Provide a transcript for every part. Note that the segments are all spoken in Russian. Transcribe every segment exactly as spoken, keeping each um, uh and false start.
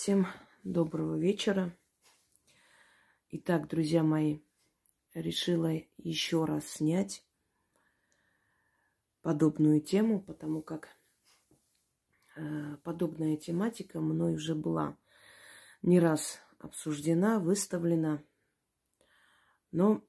Всем доброго вечера. Итак, друзья мои, решила еще раз снять подобную тему, потому как э, подобная тематика мной уже была не раз обсуждена, выставлена. Но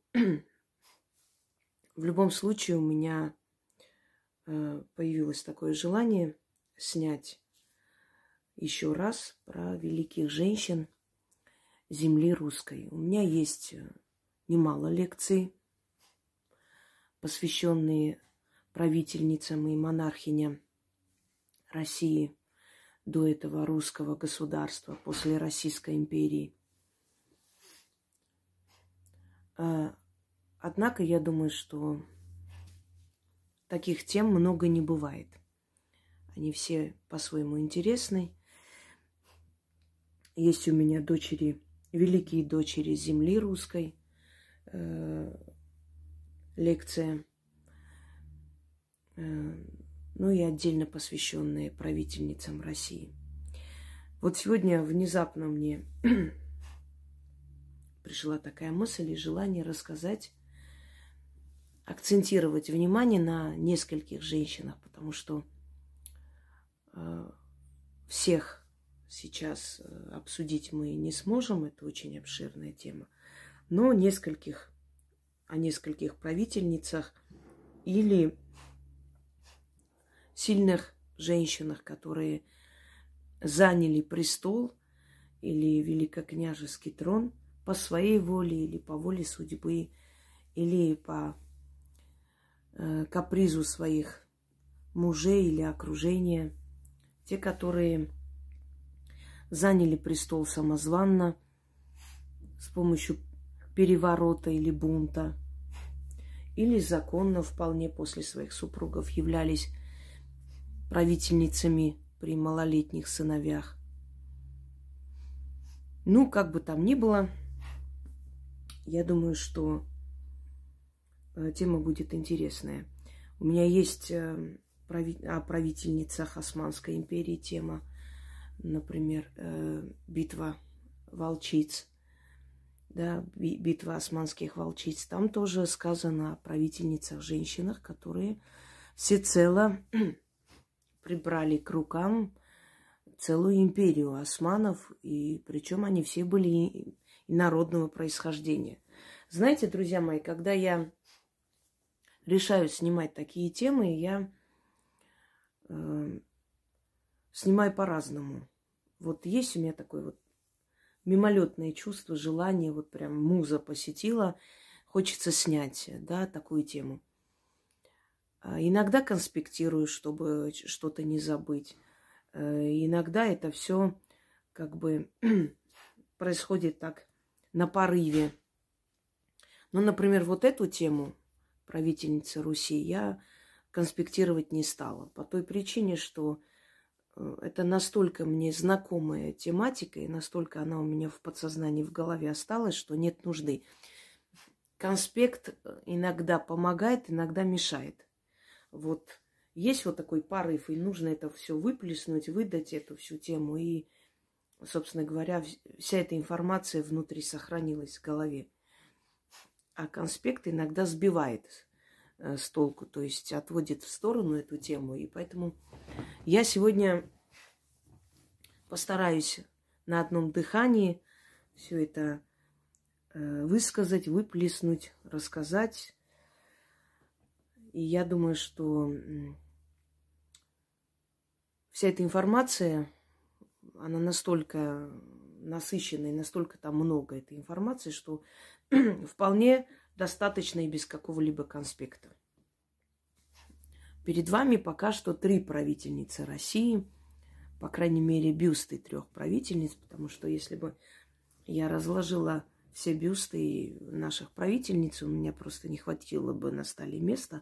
в любом случае у меня э, появилось такое желание снять еще раз про великих женщин земли русской. У меня есть немало лекций, посвященные правительницам и монархиням России до этого русского государства, после Российской империи. Однако я думаю, что таких тем много не бывает. Они все по-своему интересны. Есть у меня дочери, великие дочери земли русской, э, лекция, э, ну и отдельно посвященные правительницам России. Вот сегодня внезапно мне пришла такая мысль и желание рассказать, акцентировать внимание на нескольких женщинах, потому что э, всех сейчас обсудить мы не сможем, это очень обширная тема, но нескольких, о нескольких правительницах или сильных женщинах, которые заняли престол или великокняжеский трон по своей воле или по воле судьбы, или по э, капризу своих мужей или окружения. Те, которые заняли престол самозванно с помощью переворота или бунта, или законно вполне после своих супругов являлись правительницами при малолетних сыновьях. Ну, как бы там ни было, я думаю, что тема будет интересная. У меня есть о правительницах Османской империи тема. Например, битва волчиц, да, битва османских волчиц. Там тоже сказано о правительницах, женщинах, которые всецело прибрали к рукам целую империю османов, и причем они все были инородного происхождения. Знаете, друзья мои, когда я решаю снимать такие темы, я э, снимаю по-разному. Вот есть у меня такое вот мимолетное чувство, желание, вот прям муза посетила, хочется снять, да, такую тему. Иногда конспектирую, чтобы что-то не забыть. Иногда это все как бы происходит так на порыве. Ну, например, вот эту тему правительницы Руси я конспектировать не стала. По той причине, что это настолько мне знакомая тематика, и настолько она у меня в подсознании, в голове осталась, что нет нужды. Конспект иногда помогает, иногда мешает. Вот есть вот такой порыв, и нужно это все выплеснуть, выдать эту всю тему. И, собственно говоря, вся эта информация внутри сохранилась в голове. А конспект иногда сбивает с толку, то есть отводит в сторону эту тему. И поэтому я сегодня постараюсь на одном дыхании все это высказать, выплеснуть, рассказать. И я думаю, что вся эта информация, она настолько насыщенная, настолько там много этой информации, что вполне достаточно и без какого-либо конспекта. Перед вами пока что три правительницы России, по крайней мере, бюсты трех правительниц, потому что если бы я разложила все бюсты наших правительниц, у меня просто не хватило бы на столе места.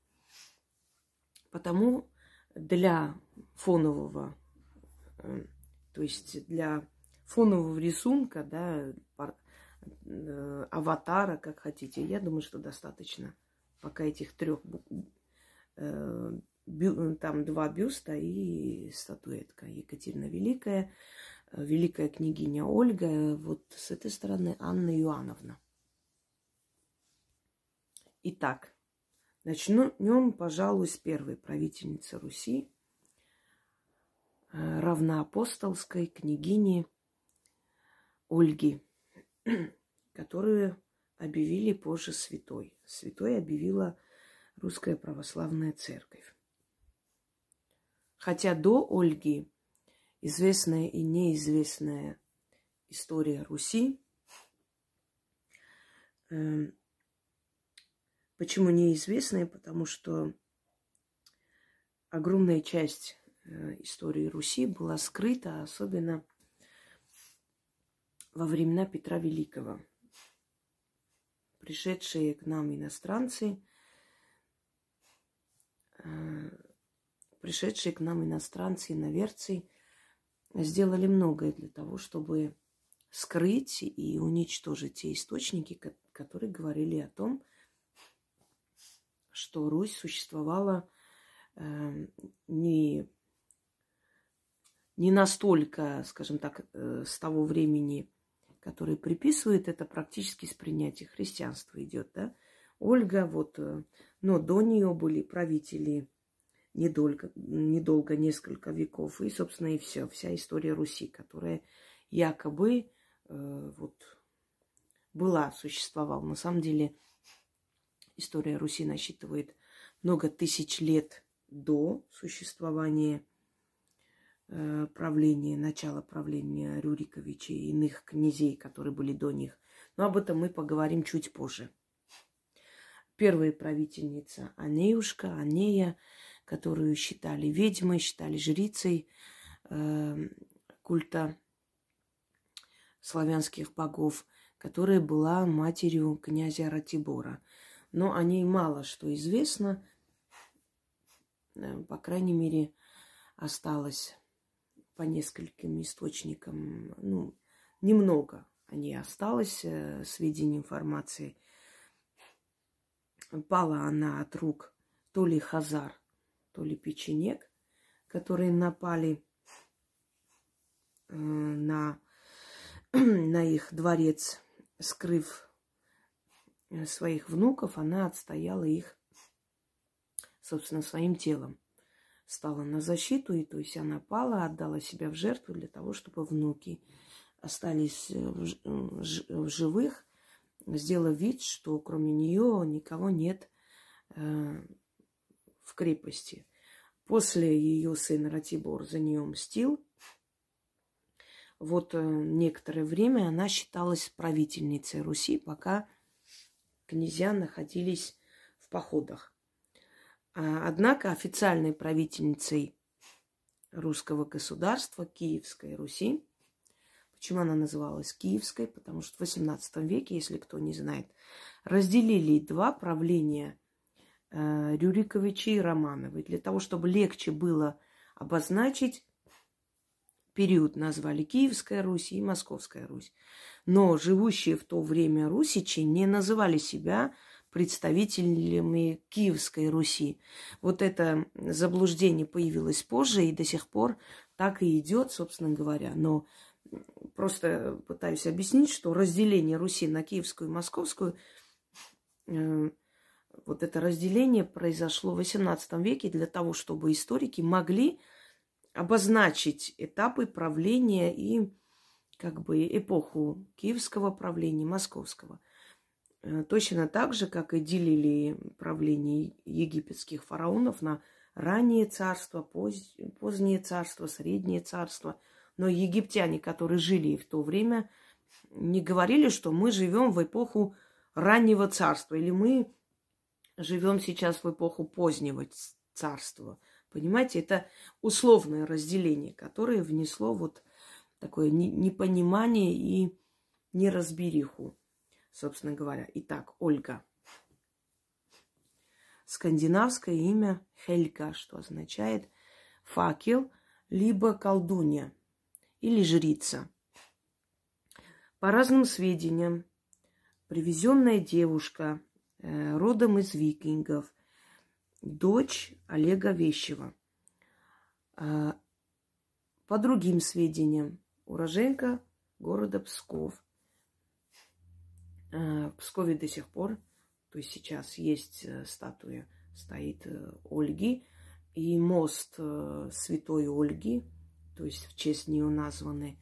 Потому для фонового, то есть для фонового рисунка, да, аватара, как хотите, я думаю, что достаточно пока этих трех, там два бюста и статуэтка Екатерина Великая. великая княгиня Ольга, вот с этой стороны Анна Иоанновна. Итак, начнем, пожалуй, с первой правительницы Руси, равноапостольской княгини Ольги, которую объявили позже святой. Святой объявила Русская Православная Церковь. Хотя до Ольги известная и неизвестная история Руси. Почему неизвестная? Потому что огромная часть истории Руси была скрыта, особенно во времена Петра Великого. Пришедшие к нам иностранцы, пришедшие к нам иностранцы, иноверцы, сделали многое для того, чтобы скрыть и уничтожить те источники, которые говорили о том, что Русь существовала э, не, не настолько, скажем так, э, с того времени, которое приписывает, это практически с принятия христианства идет, да. Ольга, вот, э, но до нее были правители недолго, недолго, несколько веков, и, собственно, и все, вся история Руси, которая якобы э, вот была, существовала. На самом деле история Руси насчитывает много тысяч лет до существования э, правления, начала правления Рюриковичей и иных князей, которые были до них. Но об этом мы поговорим чуть позже. Первая правительница Анеюшка, Анея, которую считали ведьмой, считали жрицей э, культа славянских богов, которая была матерью князя Ратибора. Но о ней мало что известно, по крайней мере, осталось по нескольким источникам, ну, немного о ней осталось э, сведений, информации. Пала она от рук то ли хазар, то ли печенек, которые напали э, на, на их дворец, скрыв своих внуков, она отстояла их, собственно, своим телом. Стала на защиту, и то есть она пала, отдала себя в жертву для того, чтобы внуки остались в живых, сделав вид, что кроме нее никого нет э, в крепости. После ее сын Ратибор за нее мстил. Вот э, некоторое время она считалась правительницей Руси, пока князья находились в походах. А, однако официальной правительницей русского государства, Киевской Руси, почему она называлась Киевской? Потому что в восемнадцатом веке, если кто не знает, разделили два правления э, Рюриковичей и Романовой. Для того, чтобы легче было обозначить период, назвали Киевская Русь и Московская Русь. Но живущие в то время русичи не называли себя представителями Киевской Руси. Вот это заблуждение появилось позже и до сих пор так и идет, собственно говоря. Но просто пытаюсь объяснить, что разделение Руси на Киевскую и Московскую, э, вот это разделение произошло в восемнадцатом веке для того, чтобы историки могли обозначить этапы правления и как бы эпоху киевского правления, московского. Точно так же, как и делили правление египетских фараонов на раннее царство, поз... позднее царство, среднее царство. Но египтяне, которые жили в то время, не говорили, что мы живем в эпоху раннего царства, или мы живем сейчас в эпоху позднего царства. Понимаете, это условное разделение, которое внесло вот такое непонимание и неразбериху, собственно говоря. Итак, Ольга. Скандинавское имя Хельга, что означает факел, либо колдунья или жрица. По разным сведениям, привезенная девушка э, родом из викингов, дочь Олега Вещего. По другим сведениям, уроженка города Псков. В Пскове до сих пор, то есть сейчас есть статуя, стоит Ольги, и мост Святой Ольги, то есть в честь нее названы.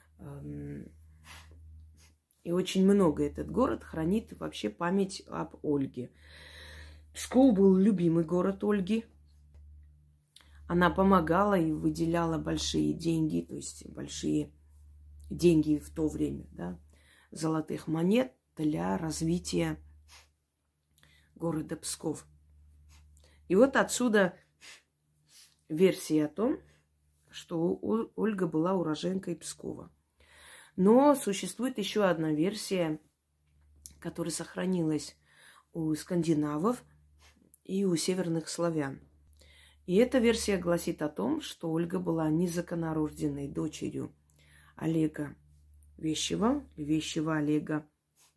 И очень много этот город хранит вообще память об Ольге. Псков был любимый город Ольги. Она помогала и выделяла большие деньги, то есть большие деньги в то время, да, золотых монет для развития города Псков. И вот отсюда версия о том, что Ольга была уроженкой Пскова. Но существует еще одна версия, которая сохранилась у скандинавов и у северных славян. И эта версия гласит о том, что Ольга была незаконнорожденной дочерью Олега Вещева, Вещева Олега,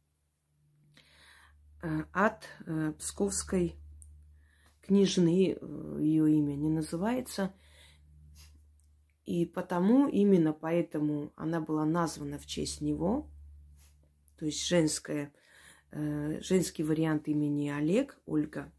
от псковской княжны, ее имя не называется. И потому, именно поэтому она была названа в честь него, то есть женская, женский вариант имени Олег, Ольга.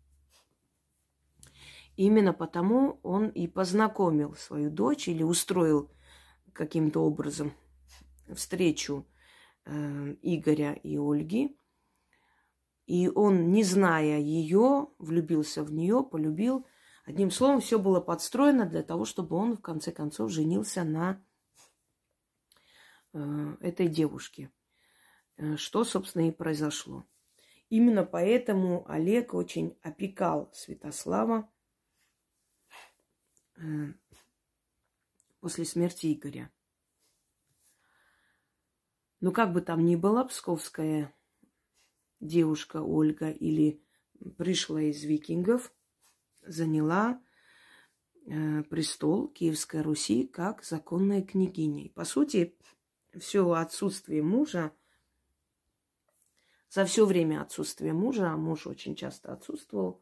Именно потому он и познакомил свою дочь или устроил каким-то образом встречу Игоря и Ольги. И он, не зная ее, влюбился в нее, полюбил. Одним словом, все было подстроено для того, чтобы он, в конце концов, женился на э, этой девушке. Что, собственно, и произошло. Именно поэтому Олег очень опекал Святослава э, после смерти Игоря. Но как бы там ни было, псковская девушка Ольга или пришла из викингов, заняла э, престол Киевской Руси как законная княгиня. И, по сути, все отсутствие мужа, за все время отсутствия мужа, а муж очень часто отсутствовал,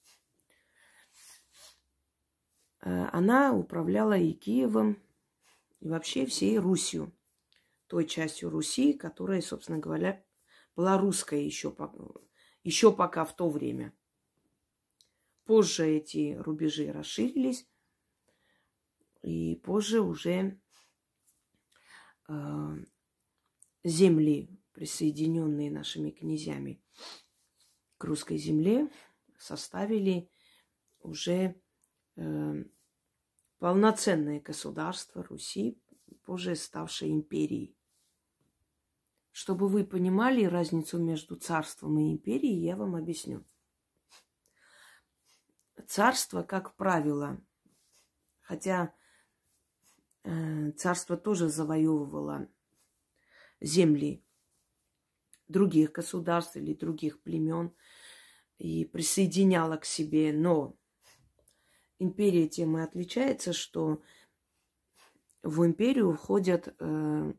э, она управляла и Киевом, и вообще всей Русью, той частью Руси, которая, собственно говоря, была русская еще, еще пока в то время. Позже эти рубежи расширились, и позже уже э, земли, присоединенные нашими князьями к русской земле, составили уже э, полноценное государство Руси, позже ставшее империей. Чтобы вы понимали разницу между царством и империей, я вам объясню. Царство, как правило, хотя э, царство тоже завоевывало земли других государств или других племен и присоединяло к себе, но империя тем и отличается, что в империю входят э,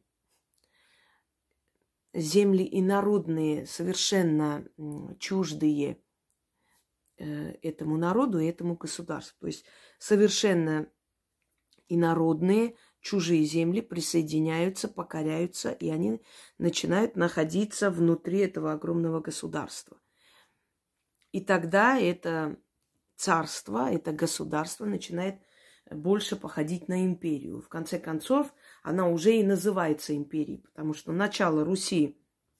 земли инородные, совершенно чуждые этому народу и этому государству. То есть совершенно инородные, чужие земли присоединяются, покоряются, и они начинают находиться внутри этого огромного государства. И тогда это царство, это государство начинает больше походить на империю. В конце концов, она уже и называется империей, потому что начало Руси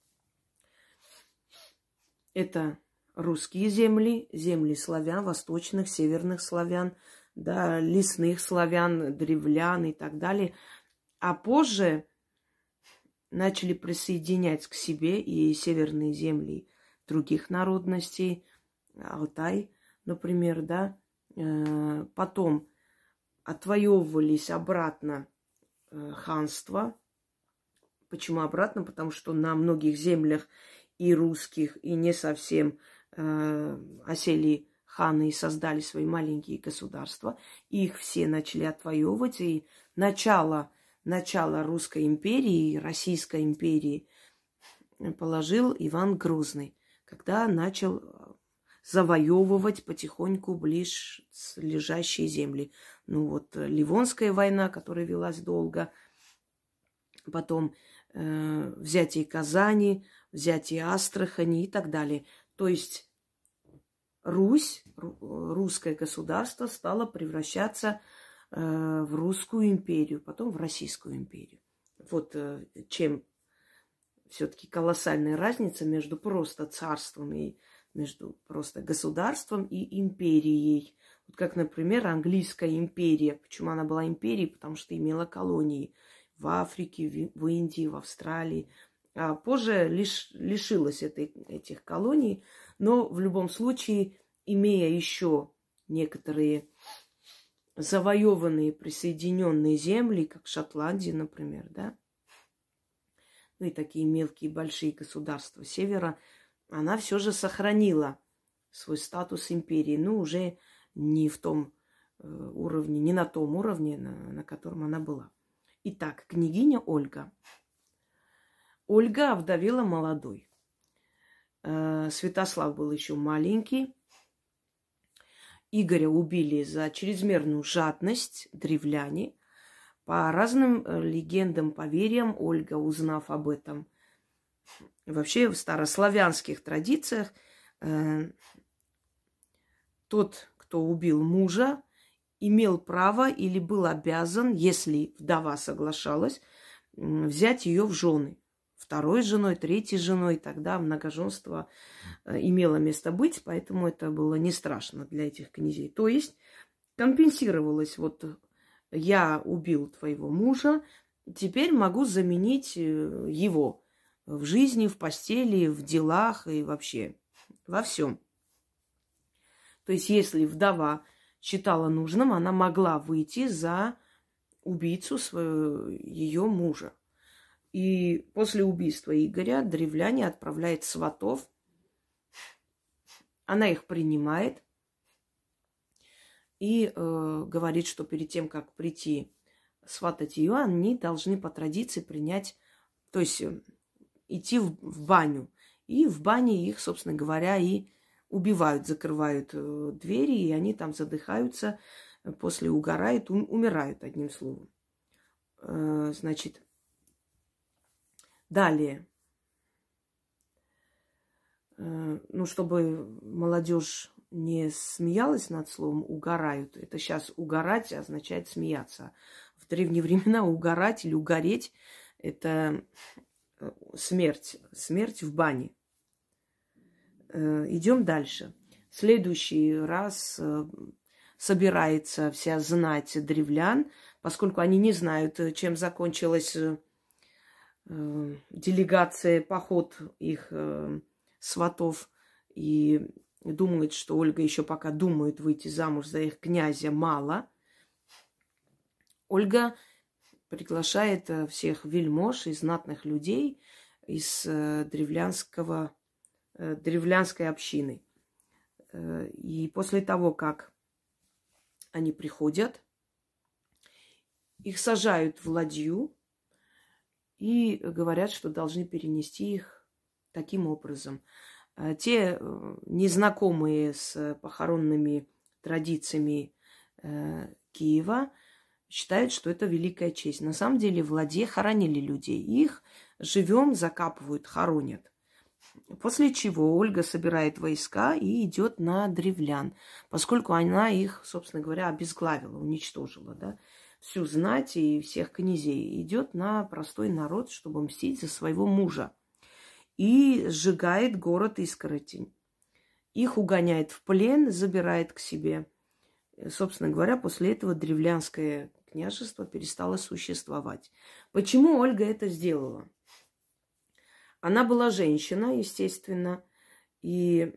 – это русские земли, земли славян, восточных, северных славян, да, лесных славян, древлян и так далее. А позже начали присоединять к себе и северные земли других народностей, Алтай, например, да. Потом отвоевывались обратно ханства. Почему обратно? Потому что на многих землях и русских, и не совсем э, осели ханы и создали свои маленькие государства. И их все начали отвоевывать. И начало, начало Русской империи, Российской империи положил Иван Грозный, когда начал завоевывать потихоньку ближлежащие земли. Ну вот Ливонская война, которая велась долго, потом э, взятие Казани, взятие Астрахани и так далее. То есть Русь, русское государство стало превращаться э, в русскую империю, потом в Российскую империю. Вот э, чем все-таки колоссальная разница между просто царством и между просто государством и империей. Вот как, например, английская империя. Почему она была империей? Потому что имела колонии в Африке, в Индии, в Австралии. А позже лиш, лишилась этой, этих колоний, но в любом случае, имея еще некоторые завоеванные, присоединенные земли, как Шотландия, например, да, ну и такие мелкие, большие государства севера, она все же сохранила свой статус империи, но уже не в том э, уровне, не на том уровне, на, на котором она была. Итак, княгиня Ольга. Ольга овдовела молодой. Э, Святослав был еще маленький. Игоря убили за чрезмерную жадность древляне. По разным легендам, поверьям, Ольга, узнав об этом, вообще в старославянских традициях, э, тот, кто убил мужа, имел право или был обязан, если вдова соглашалась, взять ее в жены. Второй женой, третьей женой, тогда многоженство имело место быть, поэтому это было не страшно для этих князей. То есть компенсировалось, вот я убил твоего мужа, теперь могу заменить его в жизни, в постели, в делах и вообще во всем. То есть если вдова считала нужным, она могла выйти за убийцу своего, ее мужа. И после убийства Игоря древляне отправляют сватов. Она их принимает и э, говорит, что перед тем, как прийти сватать ее, они должны по традиции принять, то есть э, идти в, в баню. И в бане их, собственно говоря, и убивают, закрывают э, двери, и они там задыхаются, после угорают, ум, умирают, одним словом. Э, значит, далее. Э, ну, чтобы молодежь не смеялась над словом «угорают». Это сейчас «угорать» означает «смеяться». В древние времена угорать или угореть – это смерть. Смерть в бане. Идем дальше. В следующий раз собирается вся знать древлян, поскольку они не знают, чем закончилась делегация, поход их сватов, и думают, что Ольга еще пока думает выйти замуж за их князя мало. Ольга приглашает всех вельмож и знатных людей из древлянского, древлянской общины. И после того, как они приходят, их сажают в ладью и говорят, что должны перенести их таким образом. Те незнакомые с похоронными традициями Киева считают, что это великая честь. На самом деле в ладье хоронили людей. Их живем закапывают, хоронят. После чего Ольга собирает войска и идет на древлян, поскольку она их, собственно говоря, обезглавила, уничтожила, да, всю знать и всех князей. Идет на простой народ, чтобы мстить за своего мужа. И сжигает город Искоротень. Их угоняет в плен, забирает к себе. Собственно говоря, после этого древлянское княжество перестало существовать. Почему Ольга это сделала? Она была женщина, естественно, и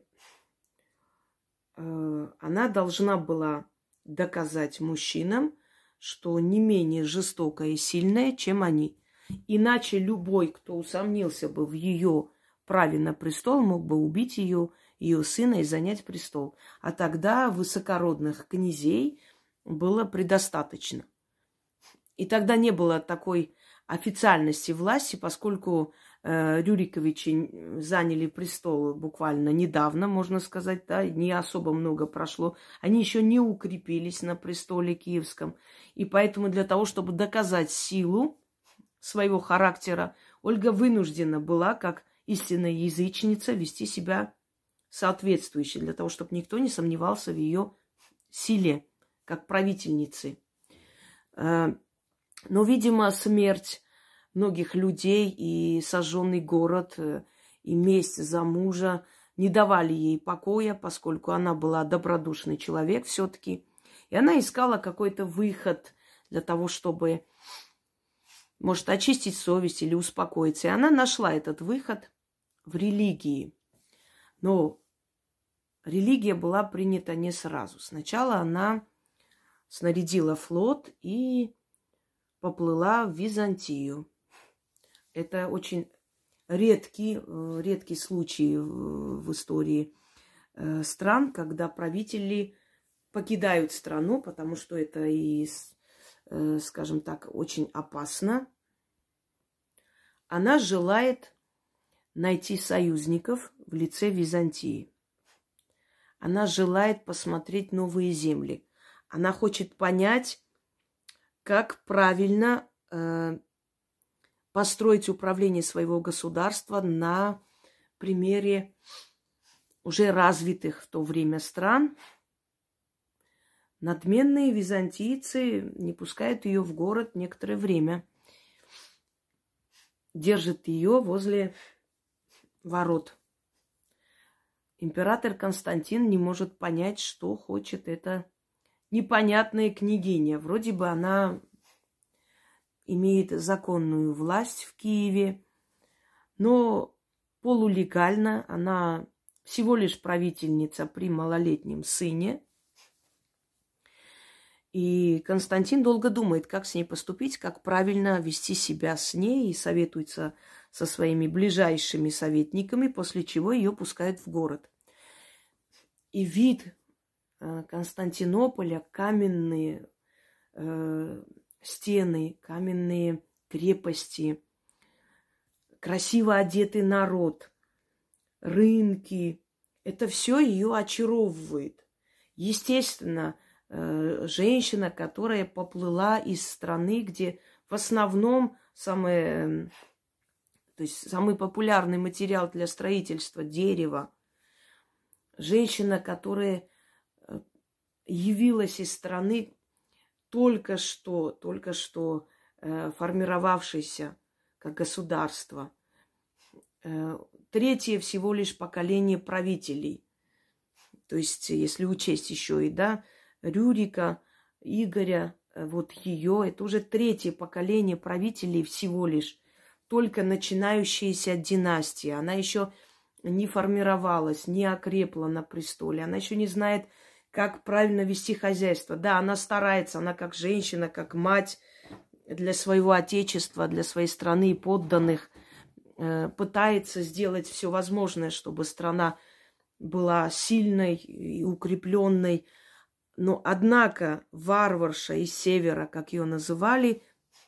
э, она должна была доказать мужчинам, что не менее жестокая и сильная, чем они. Иначе любой, кто усомнился бы в ее праве на престол, мог бы убить ее, ее сына и занять престол. А тогда высокородных князей было предостаточно. И тогда не было такой официальности власти, поскольку э, Рюриковичи заняли престол буквально недавно, можно сказать, да, не особо много прошло. Они еще не укрепились на престоле киевском. И поэтому для того, чтобы доказать силу своего характера, Ольга вынуждена была, как истинная язычница, вести себя соответствующе, для того, чтобы никто не сомневался в ее силе, как правительницы. Но, видимо, смерть многих людей и сожженный город, и месть за мужа не давали ей покоя, поскольку она была добродушный человек все-таки. И она искала какой-то выход для того, чтобы, может, очистить совесть или успокоиться. И она нашла этот выход в религии. Но религия была принята не сразу. Сначала она снарядила флот и поплыла в Византию. Это очень редкий, редкий случай в истории стран, когда правители покидают страну, потому что это и, скажем так, очень опасно. Она желает найти союзников в лице Византии. Она желает посмотреть новые земли. Она хочет понять, как правильно э, построить управление своего государства на примере уже развитых в то время стран. Надменные византийцы не пускают ее в город некоторое время. Держат ее возле ворот. Император Константин не может понять, что хочет эта непонятная княгиня. Вроде бы она имеет законную власть в Киеве, но полулегально она всего лишь правительница при малолетнем сыне. И Константин долго думает, как с ней поступить, как правильно вести себя с ней, и советуется со своими ближайшими советниками, после чего ее пускают в город. И вид Константинополя, каменные э, стены, каменные крепости, красиво одетый народ, рынки, это все ее очаровывает. Естественно, э, женщина, которая поплыла из страны, где в основном самое, то есть самый популярный материал для строительства – дерево. Женщина, которая явилась из страны только что, только что э, формировавшейся как государство. Э, третье всего лишь поколение правителей. То есть, если учесть еще и, да, Рюрика, Игоря, э, вот ее, это уже третье поколение правителей всего лишь, только начинающаяся династия. Она еще не формировалась, не окрепла на престоле. Она еще не знает, как правильно вести хозяйство. Да, она старается, она как женщина, как мать для своего отечества, для своей страны и подданных э, пытается сделать все возможное, чтобы страна была сильной и укрепленной. Но, однако, варварша из севера, как ее называли,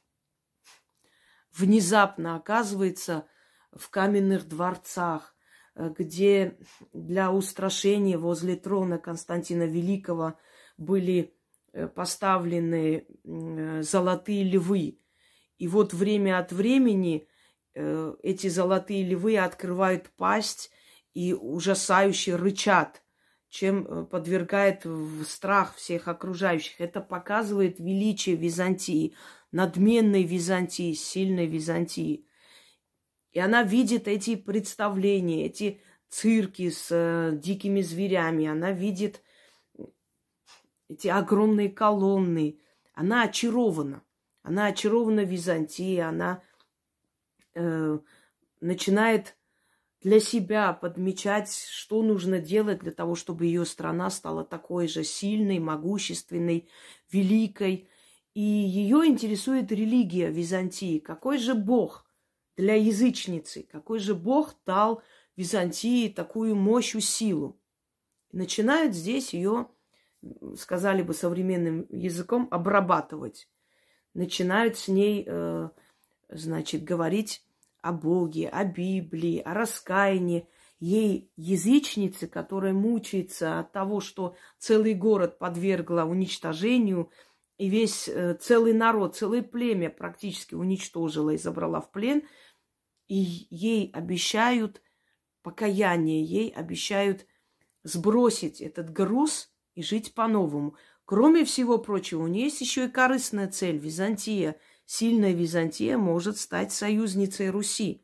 внезапно оказывается в каменных дворцах, где для устрашения возле трона Константина Великого были поставлены золотые львы. И вот время от времени эти золотые львы открывают пасть и ужасающе рычат, чем подвергает в страх всех окружающих. Это показывает величие Византии, надменной Византии, сильной Византии. И она видит эти представления, эти цирки с э, дикими зверями. Она видит эти огромные колонны. Она очарована. Она очарована Византией. Она э, начинает для себя подмечать, что нужно делать для того, чтобы ее страна стала такой же сильной, могущественной, великой. И ее интересует религия Византии. Какой же бог для язычницы? Какой же бог дал Византии такую мощь и силу? Начинают здесь ее, сказали бы современным языком, обрабатывать. Начинают с ней, э, значит, говорить о Боге, о Библии, о раскаянии. Ей, язычнице, которая мучается от того, что целый город подвергла уничтожению, и весь э, целый народ, целое племя практически уничтожила и забрала в плен. И ей обещают покаяние, ей обещают сбросить этот груз и жить по-новому. Кроме всего прочего, у нее есть еще и корыстная цель. Византия, сильная Византия может стать союзницей Руси.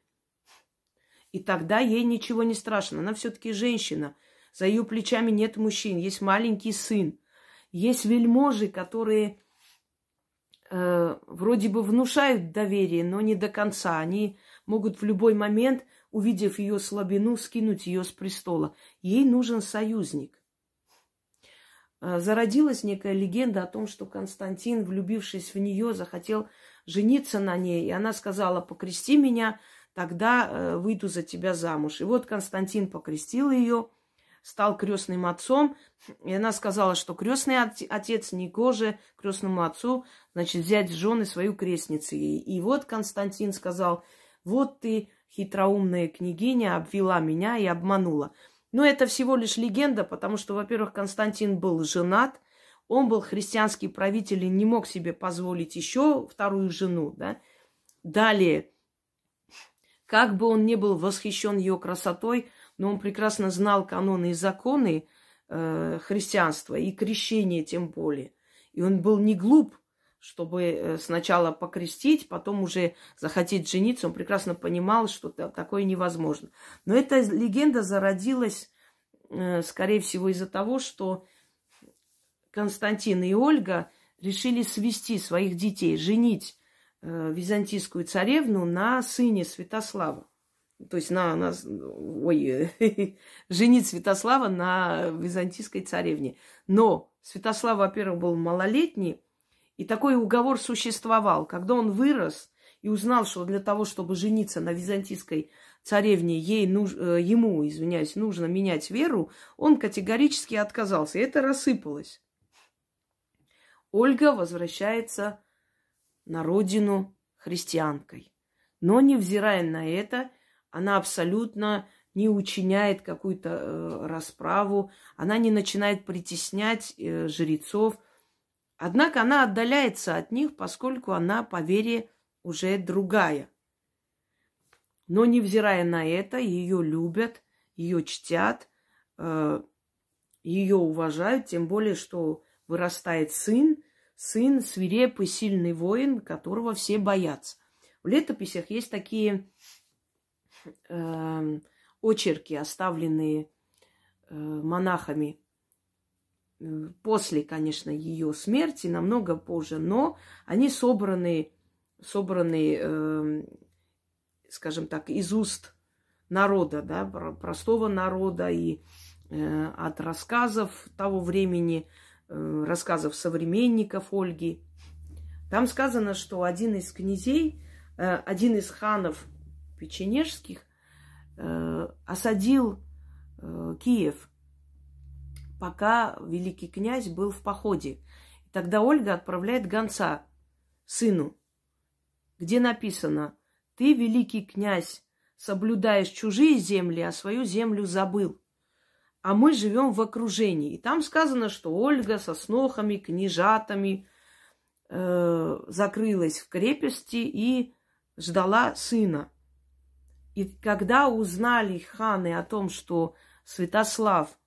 И тогда ей ничего не страшно. Она все-таки женщина. За ее плечами нет мужчин. Есть маленький сын. Есть вельможи, которые э, вроде бы внушают доверие, но не до конца. Они могут в любой момент, увидев ее слабину, скинуть ее с престола. Ей нужен союзник. Зародилась некая легенда о том, что Константин, влюбившись в нее, захотел жениться на ней. И она сказала: покрести меня, тогда выйду за тебя замуж. И вот Константин покрестил ее, стал крестным отцом. И она сказала, что крестный отец негоже крестному отцу, значит, взять в жены свою крестницу ей. И вот Константин сказал: вот ты, хитроумная княгиня, обвела меня и обманула. Но это всего лишь легенда, потому что, во-первых, Константин был женат, он был христианский правитель и не мог себе позволить еще вторую жену. Да? Далее, как бы он ни был восхищен ее красотой, но он прекрасно знал каноны и законы э, христианства, и крещение тем более. И он был не глуп, чтобы сначала покрестить, потом уже захотеть жениться. Он прекрасно понимал, что такое невозможно. Но эта легенда зародилась, скорее всего, из-за того, что Константин и Ольга решили свести своих детей, женить византийскую царевну на сыне Святослава. То есть на, на ой, женить Святослава на византийской царевне. Но Святослав, во-первых, был малолетний, и такой уговор существовал. Когда он вырос и узнал, что для того, чтобы жениться на византийской царевне, ей нуж... ему, извиняюсь, нужно менять веру, он категорически отказался. И это рассыпалось. Ольга возвращается на родину христианкой. Но, невзирая на это, она абсолютно не учиняет какую-то э, расправу, она не начинает притеснять э, жрецов. Однако она отдаляется от них, поскольку она по вере уже другая. Но, невзирая на это, ее любят, ее чтят, э, ее уважают, тем более, что вырастает сын, сын свирепый, сильный воин, которого все боятся. В летописях есть такие э, очерки, оставленные э, монахами, после, конечно, ее смерти, намного позже, но они собраны, собраны э, скажем так, из уст народа, да, простого народа и э, от рассказов того времени, э, рассказов современников Ольги. Там сказано, что один из князей, э, один из ханов печенежских э, осадил э, Киев, пока великий князь был в походе. И тогда Ольга отправляет гонца сыну, где написано: «Ты, великий князь, соблюдаешь чужие земли, а свою землю забыл. А мы живем в окружении». И там сказано, что Ольга со снохами, княжатами э, закрылась в крепости и ждала сына. И когда узнали ханы о том, что Святослав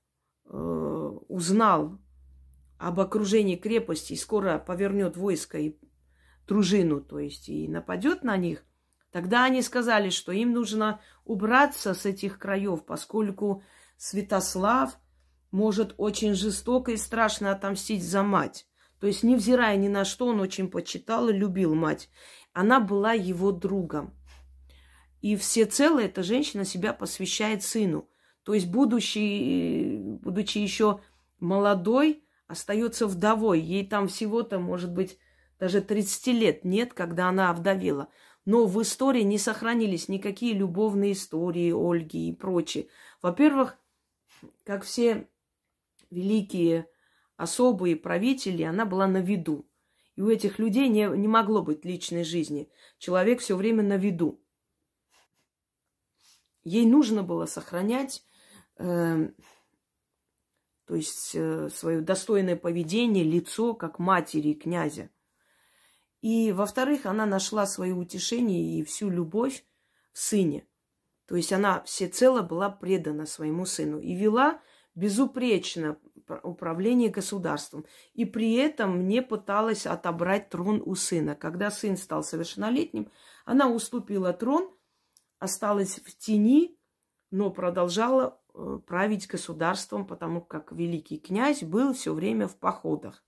узнал об окружении крепости и скоро повернет войско и дружину, то есть и нападет на них, тогда они сказали, что им нужно убраться с этих краев, поскольку Святослав может очень жестоко и страшно отомстить за мать. То есть, невзирая ни на что, он очень почитал и любил мать. Она была его другом. И всецело эта женщина себя посвящает сыну. То есть, будучи, будучи еще молодой, остается вдовой. Ей там всего-то, может быть, даже тридцати лет нет, когда она овдовела. Но в истории не сохранились никакие любовные истории Ольги и прочее. Во-первых, как все великие особые правители, она была на виду. И у этих людей не, не могло быть личной жизни. Человек все время на виду. Ей нужно было сохранять... То то есть свое достойное поведение, лицо, как матери князя. И, во-вторых, она нашла свое утешение и всю любовь в сыне. То есть она всецело была предана своему сыну и вела безупречно управление государством. И при этом не пыталась отобрать трон у сына. Когда сын стал совершеннолетним, она уступила трон, осталась в тени, но продолжала править государством, потому как великий князь был все время в походах.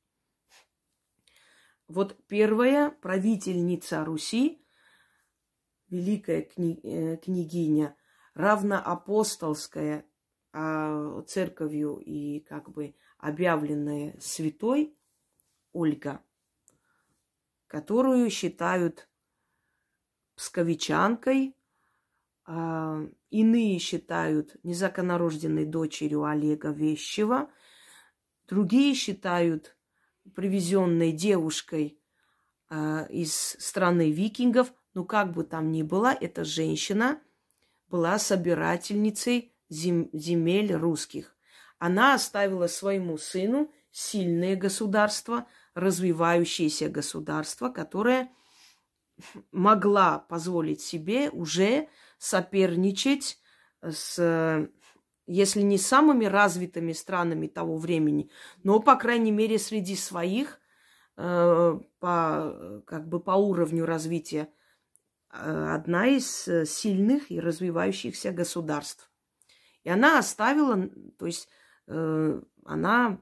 Вот первая правительница Руси, великая кни- княгиня, равноапостольская а, церковью и как бы объявленная святой Ольга, которую считают псковичанкой, а, иные считают незаконнорожденной дочерью Олега Вещева, другие считают привезенной девушкой а, из страны викингов. Но как бы там ни было, эта женщина была собирательницей зем- земель русских. Она оставила своему сыну сильное государство, развивающееся государство, которое могла позволить себе уже соперничать с, если не самыми развитыми странами того времени, но, по крайней мере, среди своих э, по, как бы по уровню развития одна из сильных и развивающихся государств. И она оставила, то есть э, она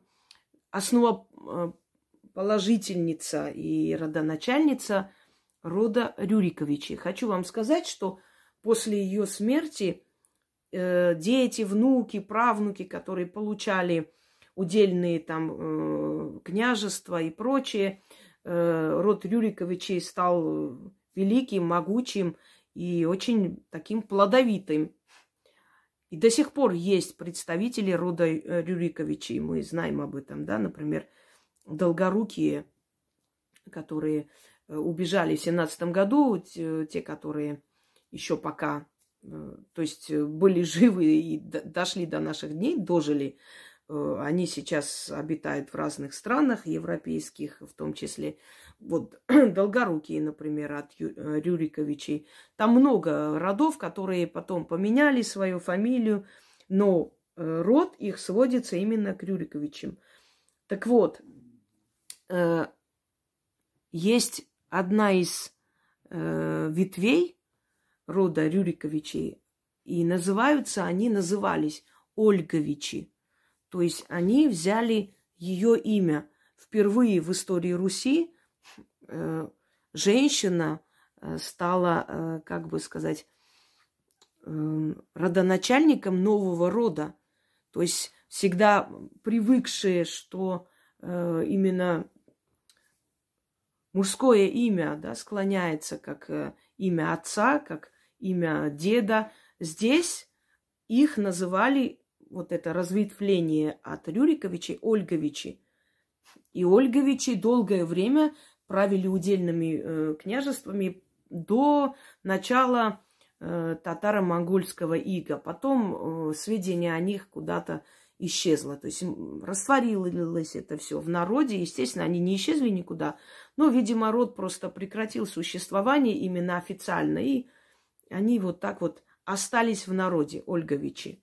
основоположительница и родоначальница рода Рюриковичей. Хочу вам сказать, что после ее смерти э, дети, внуки, правнуки, которые получали удельные там э, княжества и прочее, э, род Рюриковичей стал великим, могучим и очень таким плодовитым. И до сих пор есть представители рода Рюриковичей. Мы знаем об этом, да, например, Долгорукие, которые убежали в семнадцатом году, те, которые еще пока, то есть были живы и дошли до наших дней, дожили. Они сейчас обитают в разных странах европейских, в том числе вот Долгорукие, например, от Рюриковичей. Там много родов, которые потом поменяли свою фамилию, но род их сводится именно к Рюриковичам. Так вот, есть одна из ветвей рода Рюриковичей, и называются они, назывались Ольговичи. То есть они взяли ее имя. Впервые в истории Руси э, женщина э, стала, э, как бы сказать, э, родоначальником нового рода. То есть всегда привыкшие, что э, именно мужское имя, да, склоняется как э, имя отца, как имя деда. Здесь их называли, вот это разветвление от Рюриковичей, Ольговичи. И Ольговичи долгое время правили удельными э, княжествами до начала э, татаро-монгольского ига. Потом э, сведения о них куда-то исчезло. То есть растворилось это все в народе. Естественно, они не исчезли никуда. Но, видимо, род просто прекратил существование именно официально. И они вот так вот остались в народе, Ольговичи.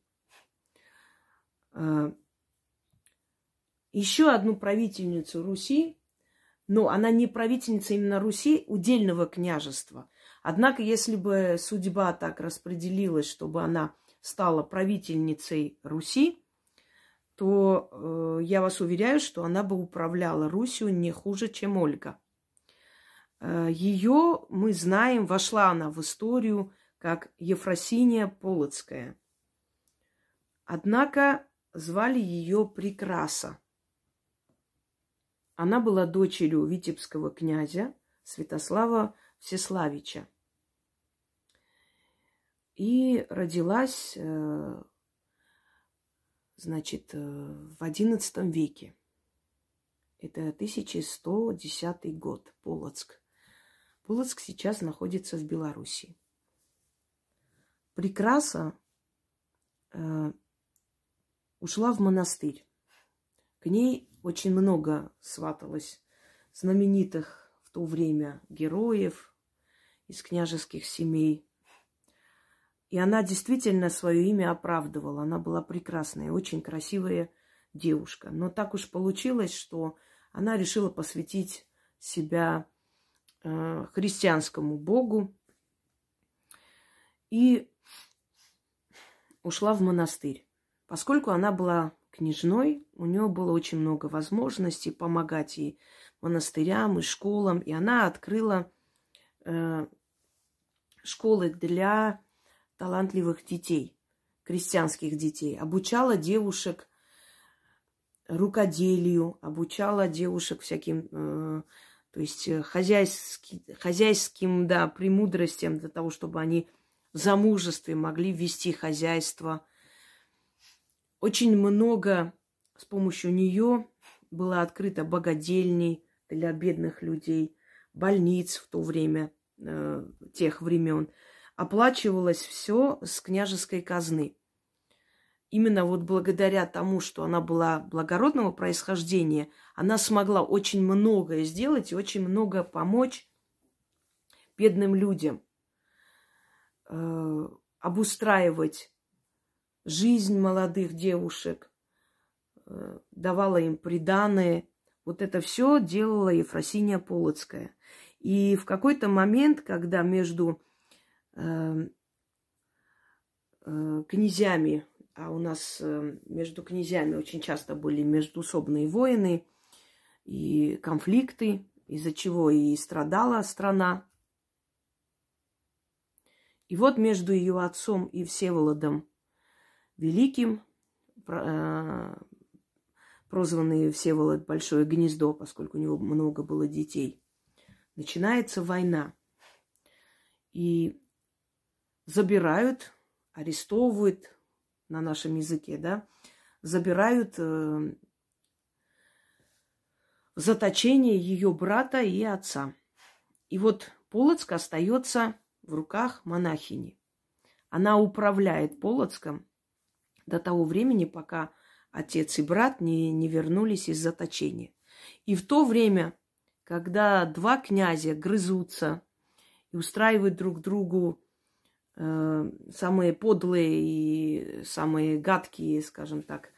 Еще одну правительницу Руси, но она не правительница именно Руси, удельного княжества. Однако, если бы судьба так распределилась, чтобы она стала правительницей Руси, то э, я вас уверяю, что она бы управляла Русью не хуже, чем Ольга. Э, ее, мы знаем, вошла она в историю как Ефросиния Полоцкая. Однако звали ее Прекраса. Она была дочерью витебского князя Святослава Всеславича. И родилась, значит, в одиннадцатом веке. Это тысяча сто десятый год, Полоцк. Полоцк сейчас находится в Беларуси. Прекраса ушла в монастырь. К ней очень много сваталось знаменитых в то время героев из княжеских семей. И она действительно свое имя оправдывала. Она была прекрасная, очень красивая девушка. Но так уж получилось, что она решила посвятить себя э, христианскому богу и ушла в монастырь. Поскольку она была княжной, у нее было очень много возможностей помогать и монастырям, и школам. И она открыла э, школы для талантливых детей, крестьянских детей. Обучала девушек рукоделию, обучала девушек всяким, э, то есть хозяйским, хозяйским, да, премудростям для того, чтобы они в замужестве могли вести хозяйство. Очень много с помощью нее было открыто богадельней для бедных людей, больниц в то время, э, тех времен. Оплачивалось все с княжеской казны. Именно вот благодаря тому, что она была благородного происхождения, она смогла очень многое сделать и очень много помочь бедным людям, э, обустраивать жизнь молодых девушек, э, давала им приданое. Вот это все делала Ефросинья Полоцкая. И в какой-то момент, когда между э, э, князьями, а у нас э, между князьями очень часто были междоусобные войны и конфликты, из-за чего и страдала страна. И вот между ее отцом и Всеволодом Великим, э, прозванный Всеволод Большое Гнездо, поскольку у него много было детей, начинается война. И забирают, арестовывают, на нашем языке, да, забирают э, в заточение ее брата и отца. И вот Полоцк остается в руках монахини. Она управляет Полоцком до того времени, пока отец и брат не, не вернулись из заточения. И в то время, когда два князя грызутся и устраивают друг другу э, самые подлые и самые гадкие, скажем так,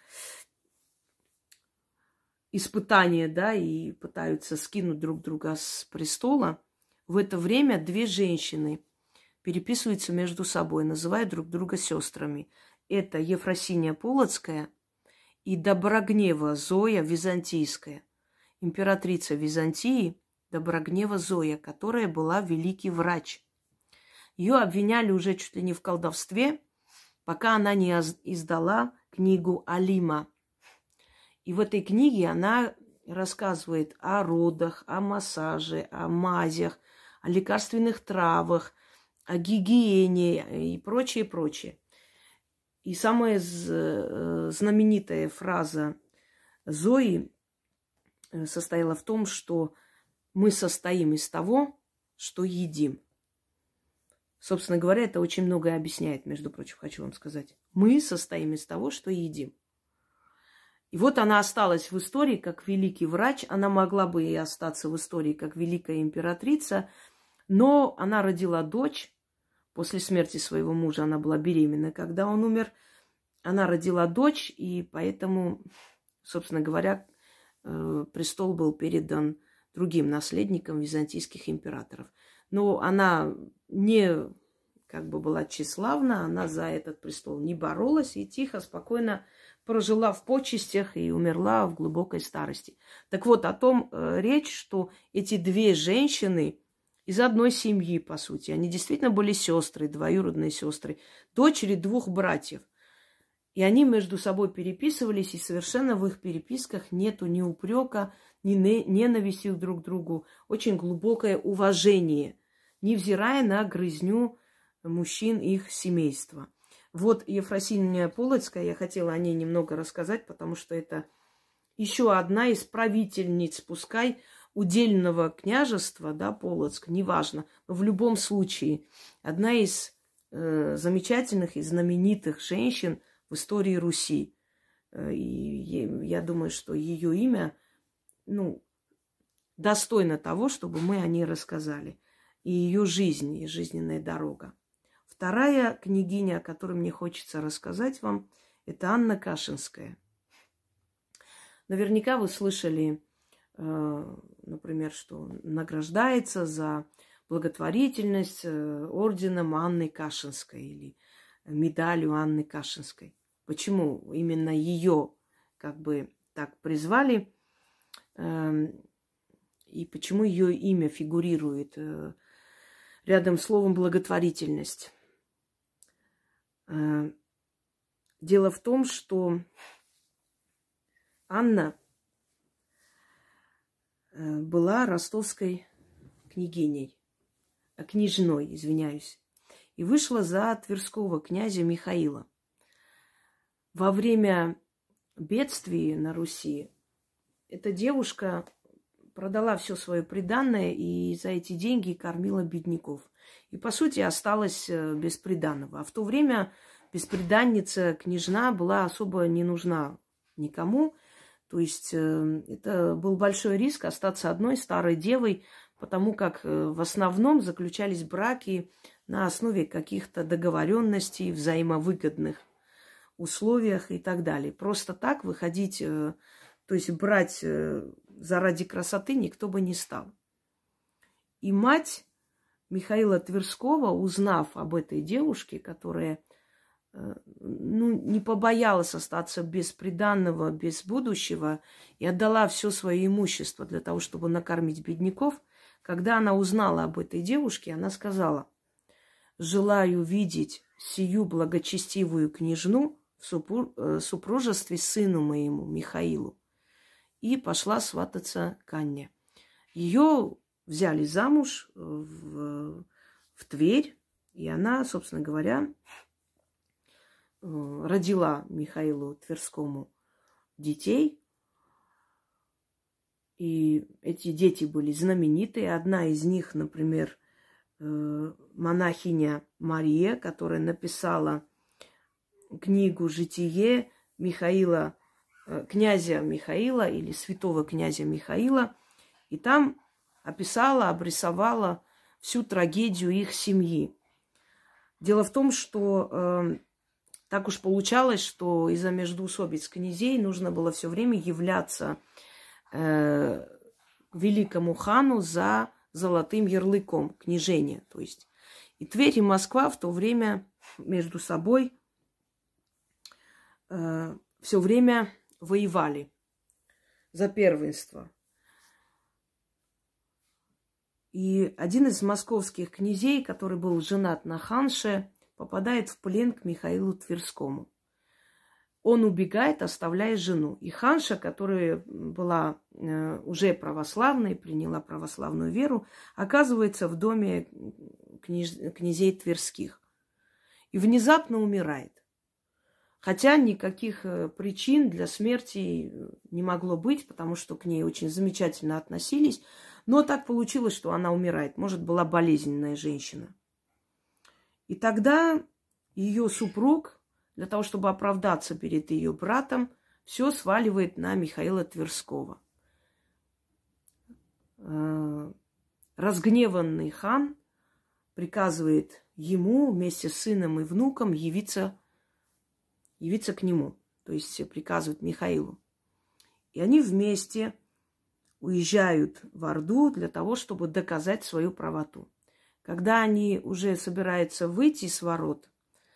испытания, да, и пытаются скинуть друг друга с престола, в это время две женщины переписываются между собой, называют друг друга сестрами. Это Ефросинья Полоцкая и Доброгнева Зоя Византийская, императрица Византии Доброгнева Зоя, которая была великий врач. Ее обвиняли уже чуть ли не в колдовстве, пока она не издала книгу Алима. И в этой книге она рассказывает о родах, о массаже, о мазях, о лекарственных травах, о гигиене и прочее, прочее. И самая знаменитая фраза Зои состояла в том, что мы состоим из того, что едим. Собственно говоря, это очень многое объясняет, между прочим, хочу вам сказать. Мы состоим из того, что едим. И вот она осталась в истории как великий врач. Она могла бы и остаться в истории как великая императрица, но она родила дочь. После смерти своего мужа она была беременна, когда он умер. Она родила дочь, и поэтому, собственно говоря, престол был передан другим наследникам византийских императоров. Но она не как бы была тщеславна, она за этот престол не боролась и тихо, спокойно прожила в почестях и умерла в глубокой старости. Так вот, о том э, речь, что эти две женщины из одной семьи, по сути, они действительно были сестры, двоюродные сестры, дочери двух братьев. И они между собой переписывались, и совершенно в их переписках нету ни упрека, ни ненависти друг к другу, очень глубокое уважение, невзирая на грызню мужчин их семейства. Вот Ефросинья Полоцкая, я хотела о ней немного рассказать, потому что это еще одна из правительниц, пускай удельного княжества, да, Полоцк, неважно, но в любом случае одна из э, замечательных и знаменитых женщин в истории Руси. И я думаю, что ее имя, ну, достойно того, чтобы мы о ней рассказали. И ее жизнь, и жизненная дорога. Вторая княгиня, о которой мне хочется рассказать вам, это Анна Кашинская. Наверняка вы слышали, например, что награждается за благотворительность орденом Анны Кашинской или медалью Анны Кашинской. Почему именно ее как бы так призвали и почему ее имя фигурирует рядом с словом благотворительность? Дело в том, что Анна была ростовской княгиней, княжной, извиняюсь, и вышла за тверского князя Михаила. Во время бедствий на Руси эта девушка продала все свое приданное и за эти деньги кормила бедняков. И, по сути, осталась без приданого. А в то время бесприданница княжна была особо не нужна никому. То есть это был большой риск остаться одной старой девой, потому как в основном заключались браки на основе каких-то договоренностей, взаимовыгодных условиях и так далее. Просто так выходить, то есть брать заради красоты никто бы не стал. И мать Михаила Тверского, узнав об этой девушке, которая ну, не побоялась остаться без приданного, без будущего, и отдала все свое имущество для того, чтобы накормить бедняков, когда она узнала об этой девушке, она сказала: «Желаю видеть сию благочестивую княжну в супружестве сыну моему Михаилу». И пошла свататься к Анне. Ее взяли замуж в, в Тверь, и она, собственно говоря, родила Михаилу Тверскому детей. И эти дети были знаменитые. Одна из них, например, монахиня Мария, которая написала книгу «Житие» Михаила, князя Михаила или святого князя Михаила. И там описала, обрисовала всю трагедию их семьи. Дело в том, что э, так уж получалось, что из-за междоусобиц князей нужно было все время являться э, великому хану за золотым ярлыком княжения. То есть и Тверь, и Москва в то время между собой э, все время воевали за первенство. И один из московских князей, который был женат на ханше, попадает в плен к Михаилу Тверскому. Он убегает, оставляя жену. И ханша, которая была э, уже православной, приняла православную веру, оказывается в доме княж... князей Тверских. И внезапно умирает. Хотя никаких причин для смерти не могло быть, потому что к ней очень замечательно относились. Но так получилось, что она умирает. Может, была болезненная женщина. И тогда ее супруг, для того, чтобы оправдаться перед ее братом, все сваливает на Михаила Тверского. Разгневанный хан приказывает ему вместе с сыном и внуком явиться, явиться к нему. То есть приказывает Михаилу. И они вместе уезжают в Орду для того, чтобы доказать свою правоту. Когда они уже собираются выйти с ворот,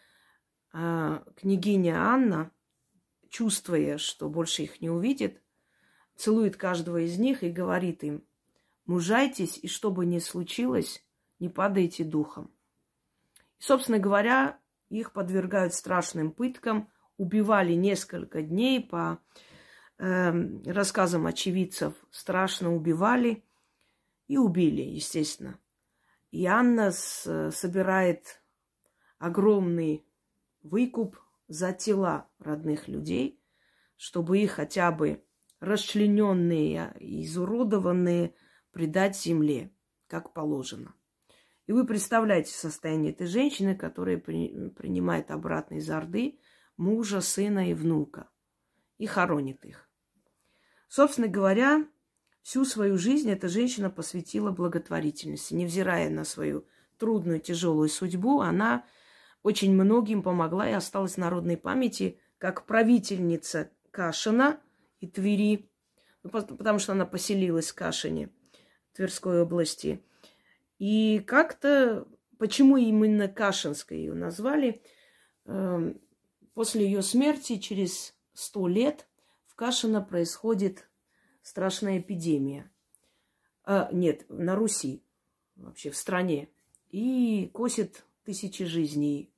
княгиня Анна, чувствуя, что больше их не увидит, целует каждого из них и говорит им: «Мужайтесь, и что бы ни случилось, не падайте духом». И, собственно говоря, их подвергают страшным пыткам, убивали несколько дней, по э, рассказам очевидцев, страшно убивали и убили, естественно. И Анна с, собирает огромный выкуп за тела родных людей, чтобы их хотя бы расчлененные и изуродованные предать земле, как положено. И вы представляете состояние этой женщины, которая при, принимает обратно из Орды мужа, сына и внука. и хоронит их. Собственно говоря, всю свою жизнь эта женщина посвятила благотворительности. Невзирая на свою трудную, тяжелую судьбу, она очень многим помогла и осталась в народной памяти как правительница Кашина и Твери, потому что она поселилась в Кашине, Тверской области. И как-то, почему именно Кашинской ее назвали, после ее смерти через сто лет в Кашино происходит страшная эпидемия. А, нет, на Руси, вообще в стране. И косит тысячи жизней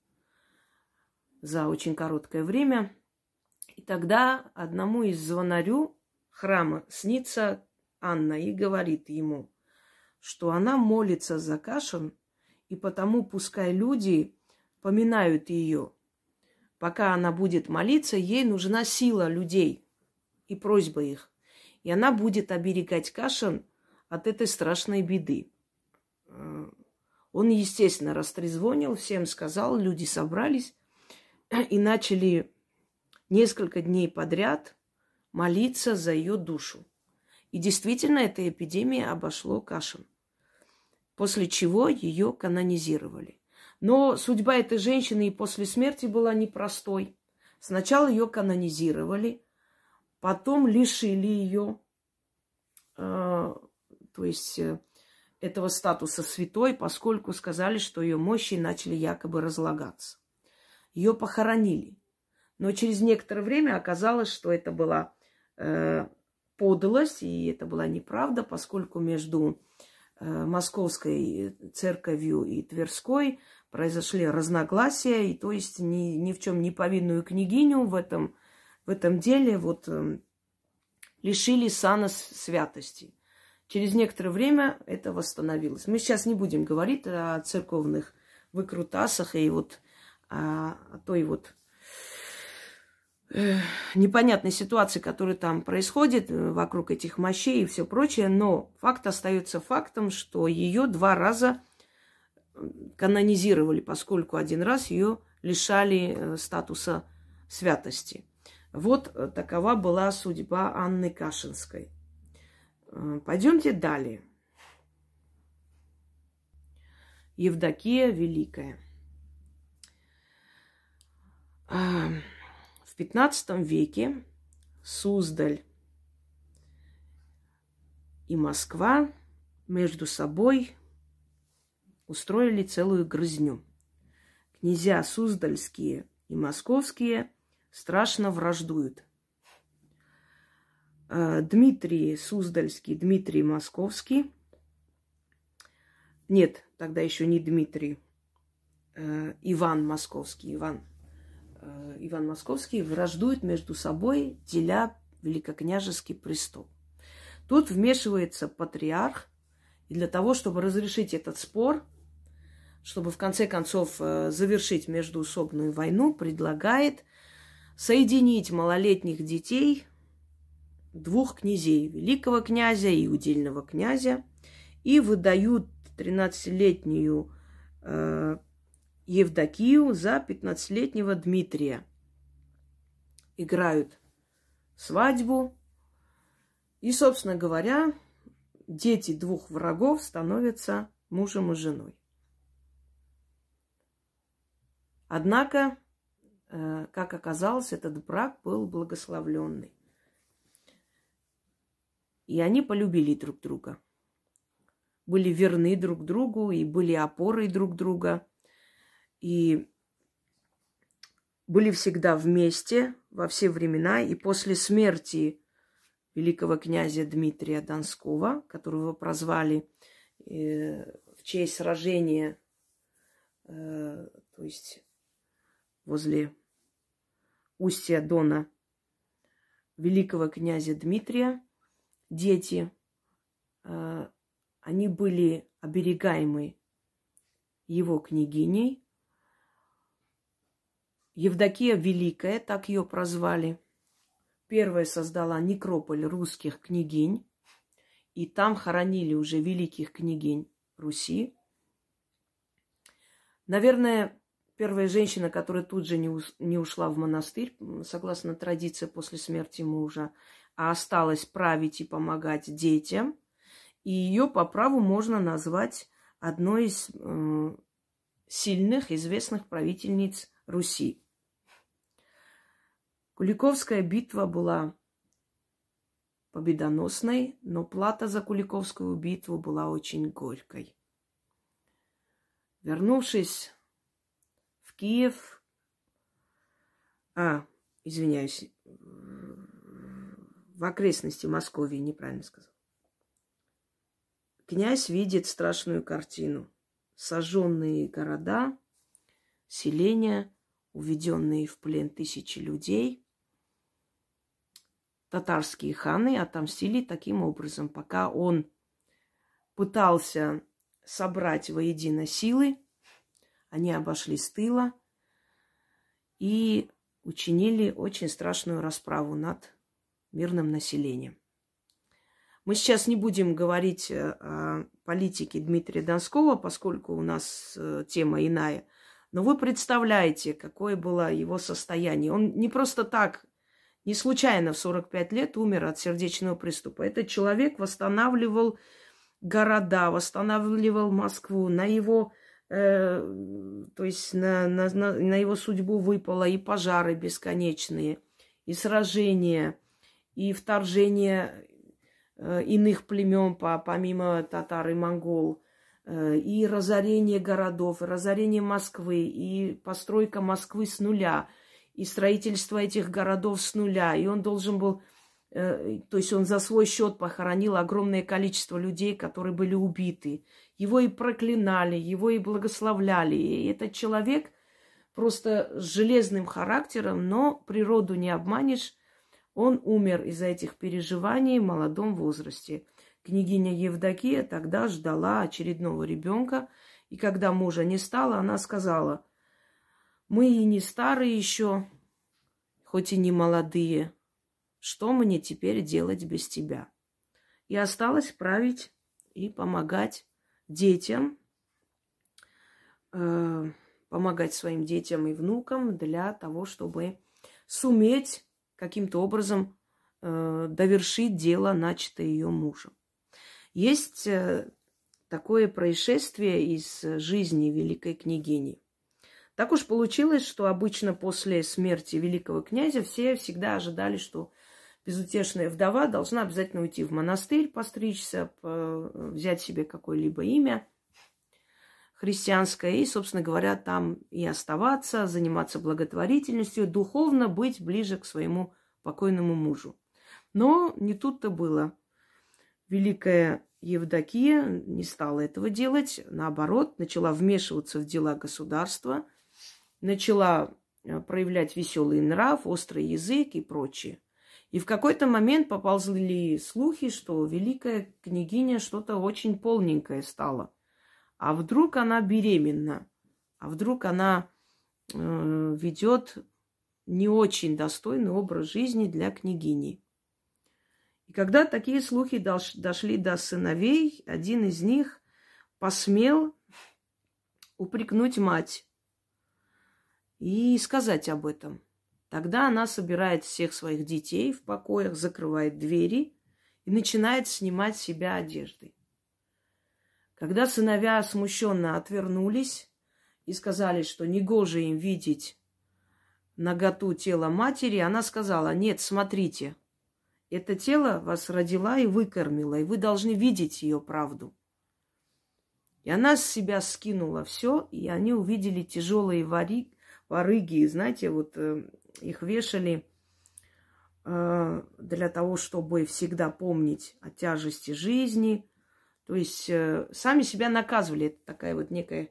за очень короткое время. И тогда одному из звонарю храма снится Анна и говорит ему, что она молится за Кашин, и потому пускай люди поминают ее. Пока она будет молиться, ей нужна сила людей и просьба их. И она будет оберегать Кашин от этой страшной беды. Он, естественно, растрезвонил, всем сказал, люди собрались и начали несколько дней подряд молиться за ее душу. И действительно, эта эпидемия обошло Кашин, после чего ее канонизировали. Но судьба этой женщины и после смерти была непростой. Сначала ее канонизировали, потом лишили ее, э, то есть э, этого статуса святой, поскольку сказали, что ее мощи начали якобы разлагаться. Ее похоронили. Но через некоторое время оказалось, что это была э, подлость, и это была неправда, поскольку между э, Московской церковью и Тверской произошли разногласия, и то есть ни, ни в чем не повинную княгиню в этом, в этом деле вот, э, лишили сана святости. Через некоторое время это восстановилось. Мы сейчас не будем говорить о церковных выкрутасах и вот о, о той вот э, непонятной ситуации, которая там происходит вокруг этих мощей и все прочее, но факт остается фактом, что ее два раза канонизировали, поскольку один раз ее лишали статуса святости. Вот такова была судьба Анны Кашинской. Пойдемте далее. Евдокия Великая. В пятнадцатом веке Суздаль и Москва между собой устроили целую грызню. Князья суздальские и московские страшно враждуют. Дмитрий Суздальский, Дмитрий Московский. Нет, тогда еще не Дмитрий. Иван Московский. Иван, Иван Московский враждуют между собой, деля великокняжеский престол. Тут вмешивается патриарх, и для того, чтобы разрешить этот спор, чтобы в конце концов завершить междуусобную войну, предлагает соединить малолетних детей двух князей, великого князя и удельного князя, и выдают тринадцатилетнюю э, Евдокию за пятнадцатилетнего Дмитрия. Играют свадьбу, и, собственно говоря, дети двух врагов становятся мужем и женой. Однако, э, как оказалось, этот брак был благословленный. И они полюбили друг друга. Были верны друг другу и были опорой друг друга. И были всегда вместе во все времена. И после смерти великого князя Дмитрия Донского, которого прозвали э, в честь сражения, э, то есть возле устья Дона, великого князя Дмитрия, дети, э, они были оберегаемы его княгиней. Евдокия Великая, так ее прозвали. Первая создала некрополь русских княгинь, и там хоронили уже великих княгинь Руси. Наверное, первая женщина, которая тут же не, ус- не ушла в монастырь, согласно традиции после смерти мужа, а осталась править и помогать детям. И ее по праву можно назвать одной из э, сильных, известных правительниц Руси. Куликовская битва была победоносной, но плата за Куликовскую битву была очень горькой. Вернувшись в Киев, а, извиняюсь, в окрестности Московии, неправильно сказал, князь видит страшную картину. Сожженные города, селения, уведенные в плен тысячи людей. Татарские ханы отомстили таким образом, пока он пытался собрать воедино силы, они обошли с тыла и учинили очень страшную расправу над мирным населением. Мы сейчас не будем говорить о политике Дмитрия Донского, поскольку у нас тема иная. Но вы представляете, какое было его состояние. Он не просто так, не случайно в сорок пять лет умер от сердечного приступа. Этот человек восстанавливал города, восстанавливал Москву. На его, э, то есть на, на, на, на его судьбу выпало и пожары бесконечные, и сражения, и вторжение иных племен, помимо татар и монгол, и разорение городов, и разорение Москвы, и постройка Москвы с нуля, и строительство этих городов с нуля. И он должен был, то есть он за свой счет похоронил огромное количество людей, которые были убиты. Его и проклинали, его и благословляли. И этот человек просто с железным характером, но природу не обманешь. Он умер из-за этих переживаний в молодом возрасте. Княгиня Евдокия тогда ждала очередного ребенка, и когда мужа не стало, она сказала: мы и не старые еще, хоть и не молодые, что мне теперь делать без тебя? И осталась править и помогать детям, э, помогать своим детям и внукам для того, чтобы суметь каким-то образом э, довершить дело, начатое ее мужем. Есть э, такое происшествие из жизни великой княгини. Так уж получилось, что обычно после смерти великого князя все всегда ожидали, что безутешная вдова должна обязательно уйти в монастырь, постричься, взять себе какое-либо имя христианское и, собственно говоря, там и оставаться, заниматься благотворительностью, духовно быть ближе к своему покойному мужу. Но не тут-то было. Великая Евдокия не стала этого делать, наоборот, начала вмешиваться в дела государства, начала проявлять веселый нрав, острый язык и прочее. И в какой-то момент поползли слухи, что великая княгиня что-то очень полненькое стала. А вдруг она беременна? А вдруг она э, ведет не очень достойный образ жизни для княгини? И когда такие слухи дош- дошли до сыновей, один из них посмел упрекнуть мать и сказать об этом. Тогда она собирает всех своих детей в покоях, закрывает двери и начинает снимать с себя одежды. Когда сыновья смущенно отвернулись и сказали, что негоже им видеть наготу тела матери, она сказала: нет, смотрите, это тело вас родила и выкормила, и вы должны видеть ее правду. И она с себя скинула все, и они увидели тяжелые вари, ворыги, знаете, вот э, их вешали э, для того, чтобы всегда помнить о тяжести жизни. То есть э, сами себя наказывали. Это такая вот некая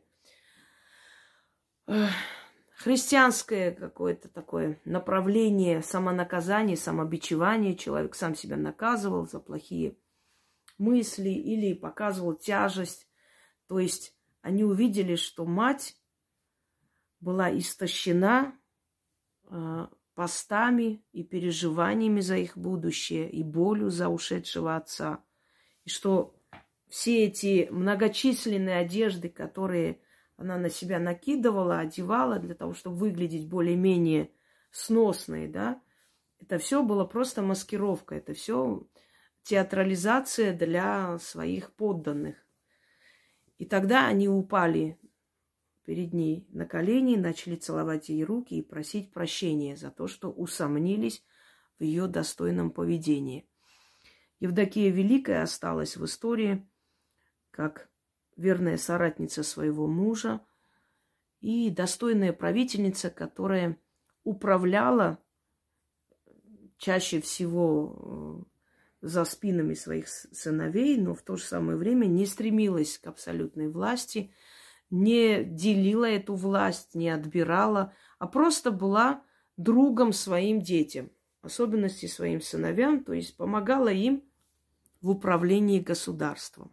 э, христианское какое-то такое направление самонаказания, самобичевания. Человек сам себя наказывал за плохие мысли или показывал тяжесть. То есть они увидели, что мать была истощена э, постами и переживаниями за их будущее, и болью за ушедшего отца. И что все эти многочисленные одежды, которые она на себя накидывала, одевала для того, чтобы выглядеть более-менее сносной, да. Это все было просто маскировка, это все театрализация для своих подданных. И тогда они упали перед ней на колени, начали целовать ей руки и просить прощения за то, что усомнились в ее достойном поведении. Евдокия Великая осталась в истории как верная соратница своего мужа и достойная правительница, которая управляла чаще всего за спинами своих сыновей, но в то же самое время не стремилась к абсолютной власти, не делила эту власть, не отбирала, а просто была другом своим детям, в особенности своим сыновьям, то есть помогала им в управлении государством.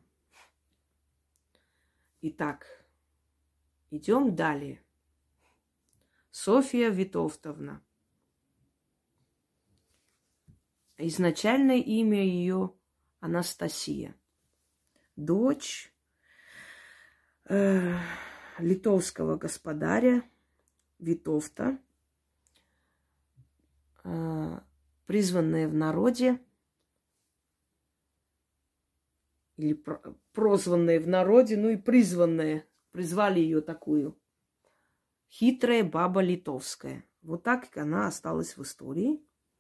Итак, идем далее. Софья Витовтовна. Изначальное имя ее Анастасия. Дочь э, литовского господаря Витовта, э, призванная в народе, или прозванная в народе, ну и призванная, призвали ее такую, хитрая баба литовская. Вот так она осталась в истории,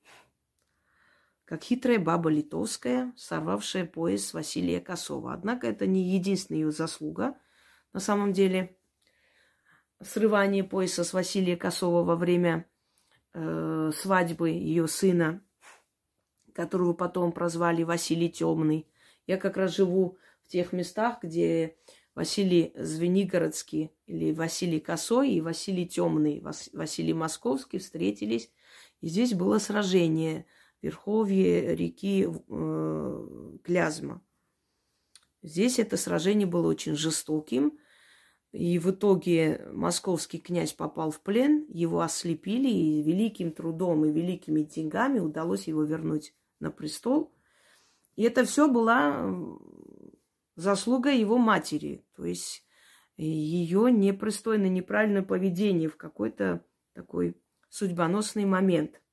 как хитрая баба литовская, сорвавшая пояс Василия Косова. Однако это не единственная ее заслуга. На самом деле, срывание пояса с Василия Косова во время э, свадьбы ее сына, которого потом прозвали Василий Темный. Я как раз живу в тех местах, где Василий Звенигородский или Василий Косой и Василий Темный, Василий Московский встретились. И здесь было сражение в верховье реки э, Клязьма. Здесь это сражение было очень жестоким. И в итоге московский князь попал в плен, его ослепили, и великим трудом и великими деньгами удалось его вернуть на престол. И это все была заслуга его матери, то есть ее непристойное, неправильное поведение в какой-то такой судьбоносный момент.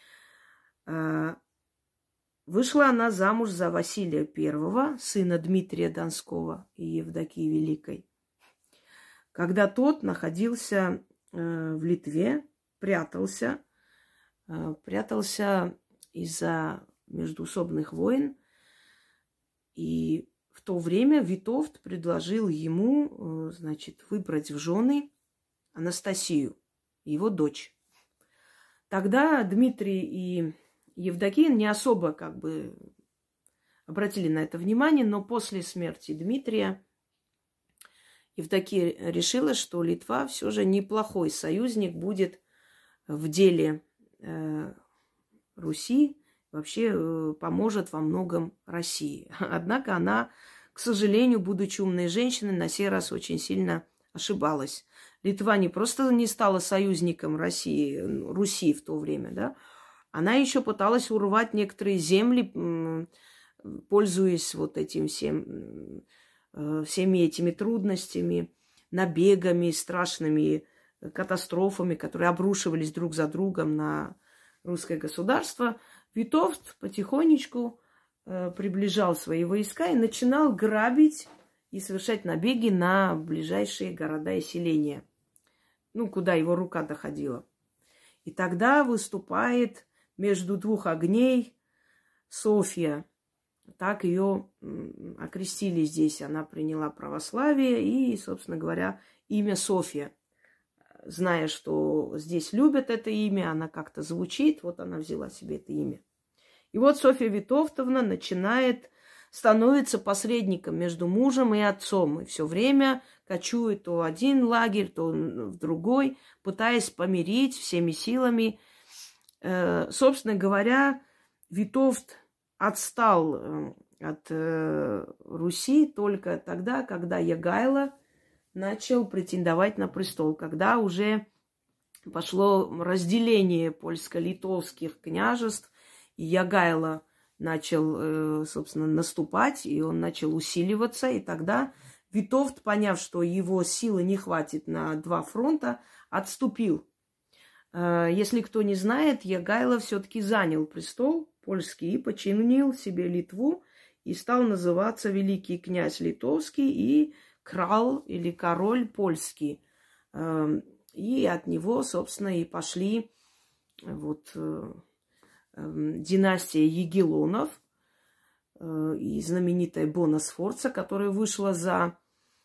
Вышла она замуж за Василия Первого, сына Дмитрия Донского и Евдокии Великой, когда тот находился в Литве, прятался, прятался из-за междоусобных войн. И в то время Витовт предложил ему, значит, выбрать в жены Анастасию, его дочь. Тогда Дмитрий и Евдокия не особо как бы обратили на это внимание, но после смерти Дмитрия Евдокия решила, что Литва все же неплохой союзник будет в деле э, Руси, вообще э, поможет во многом России. Однако она, к сожалению, будучи умной женщиной, на сей раз очень сильно ошибалась. Литва не просто не стала союзником России, Руси в то время, да, она еще пыталась урвать некоторые земли, пользуясь вот этим всем, всеми этими трудностями, набегами, страшными катастрофами, которые обрушивались друг за другом на русское государство. Витовт потихонечку приближал свои войска и начинал грабить и совершать набеги на ближайшие города и селения, ну, куда его рука доходила. И тогда выступает между двух огней Софья. Так ее окрестили здесь. Она приняла православие и, собственно говоря, имя Софья. Зная, что здесь любят это имя, она как-то звучит, вот она взяла себе это имя. И вот Софья Витовтовна начинает, становится посредником между мужем и отцом. И все время кочует то в один лагерь, то в другой, пытаясь помирить всеми силами. Э, собственно говоря, Витовт отстал от э, Руси только тогда, когда Ягайло начал претендовать на престол, когда уже пошло разделение польско-литовских княжеств, и Ягайло начал, собственно, наступать, и он начал усиливаться, и тогда Витовт, поняв, что его силы не хватит на два фронта, отступил. Если кто не знает, Ягайло все-таки занял престол польский и подчинил себе Литву и стал называться Великий князь Литовский и Крал или Король Польский. И от него, собственно, и пошли вот династия Егелонов и знаменитая Бона Сфорца, которая вышла за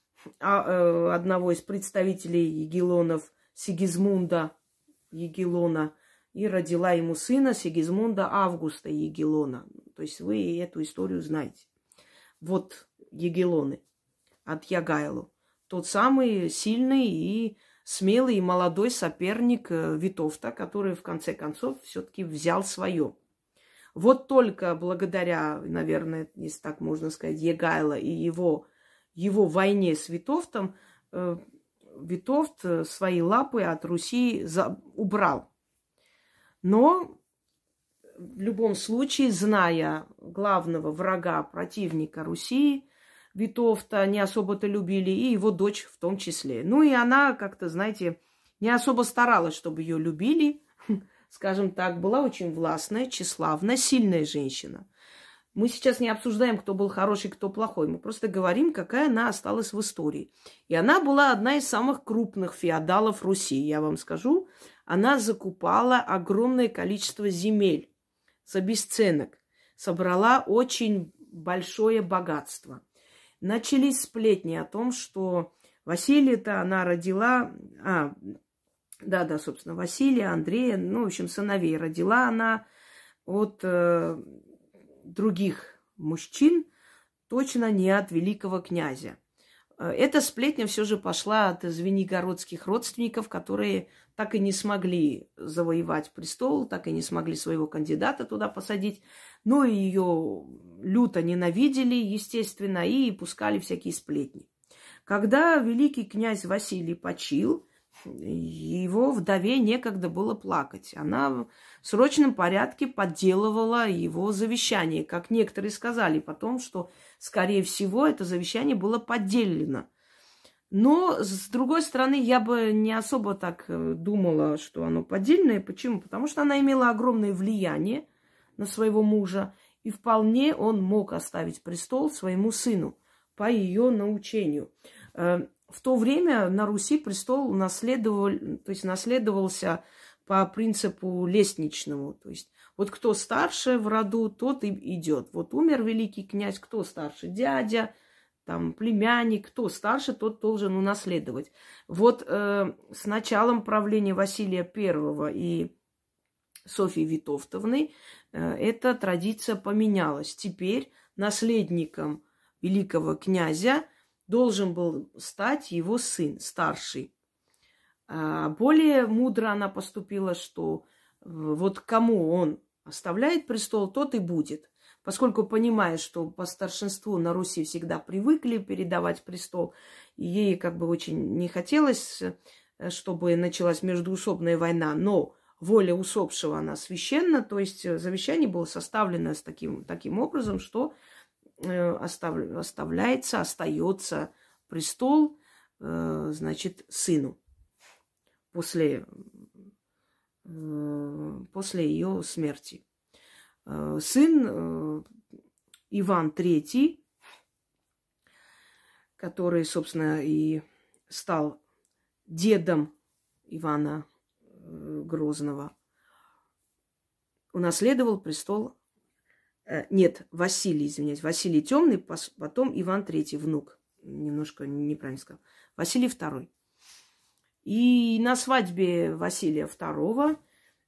одного из представителей Егелонов, Сигизмунда Егелона, и родила ему сына Сигизмунда Августа Егелона. То есть вы эту историю знаете. Вот Егелоны от Ягайло. Тот самый сильный и смелый и молодой соперник Витовта, который в конце концов все-таки взял свое. Вот только благодаря, наверное, если так можно сказать, Ягайло и его, его войне с Витовтом, Витовт свои лапы от Руси за... убрал. Но в любом случае, зная главного врага, противника Руси, Витовта не особо-то любили, и его дочь в том числе. Ну и она как-то, знаете, не особо старалась, чтобы ее любили. Скажем так, была очень властная, тщеславная, сильная женщина. Мы сейчас не обсуждаем, кто был хороший, кто плохой. Мы просто говорим, какая она осталась в истории. И она была одна из самых крупных феодалов Руси. Я вам скажу, она закупала огромное количество земель за бесценок. Собрала очень большое богатство. Начались сплетни о том, что Василия-то она родила... А, да-да, собственно, Василия, Андрея, ну, в общем, сыновей родила она от... других мужчин, точно не от великого князя. Эта сплетня все же пошла от звенигородских родственников, которые так и не смогли завоевать престол, так и не смогли своего кандидата туда посадить. Но ее люто ненавидели, естественно, и пускали всякие сплетни. Когда великий князь Василий почил, его вдове некогда было плакать. Она в срочном порядке подделывала его завещание. Как некоторые сказали потом, что, скорее всего, это завещание было подделано. Но, с другой стороны, я бы не особо так думала, что оно поддельное. Почему? Потому что она имела огромное влияние на своего мужа, и вполне он мог оставить престол своему сыну по ее научению. В то время на Руси престол наследовал, то есть наследовался по принципу лестничному. То есть вот кто старше в роду, тот и идет. Вот умер великий князь, кто старше? Дядя, там, племянник, кто старше, тот должен унаследовать. Вот э, с началом правления Василия Первого и Софьи Витовтовны э, эта традиция поменялась. Теперь наследником великого князя должен был стать его сын, старший. А более мудро она поступила, что вот кому он оставляет престол, тот и будет. Поскольку понимая, что по старшинству на Руси всегда привыкли передавать престол, и ей как бы очень не хотелось, чтобы началась междуусобная война, но воля усопшего, она священна, то есть завещание было составлено с таким, таким образом, что оставляется, остается престол, значит, сыну после, после ее смерти. Сын Иван Третий, который, собственно, и стал дедом Ивана Грозного, унаследовал престол. Нет, Василий, извиняюсь, Василий Темный, потом Иван Третий, внук. Немножко неправильно сказал. Василий Второй. И на свадьбе Василия Второго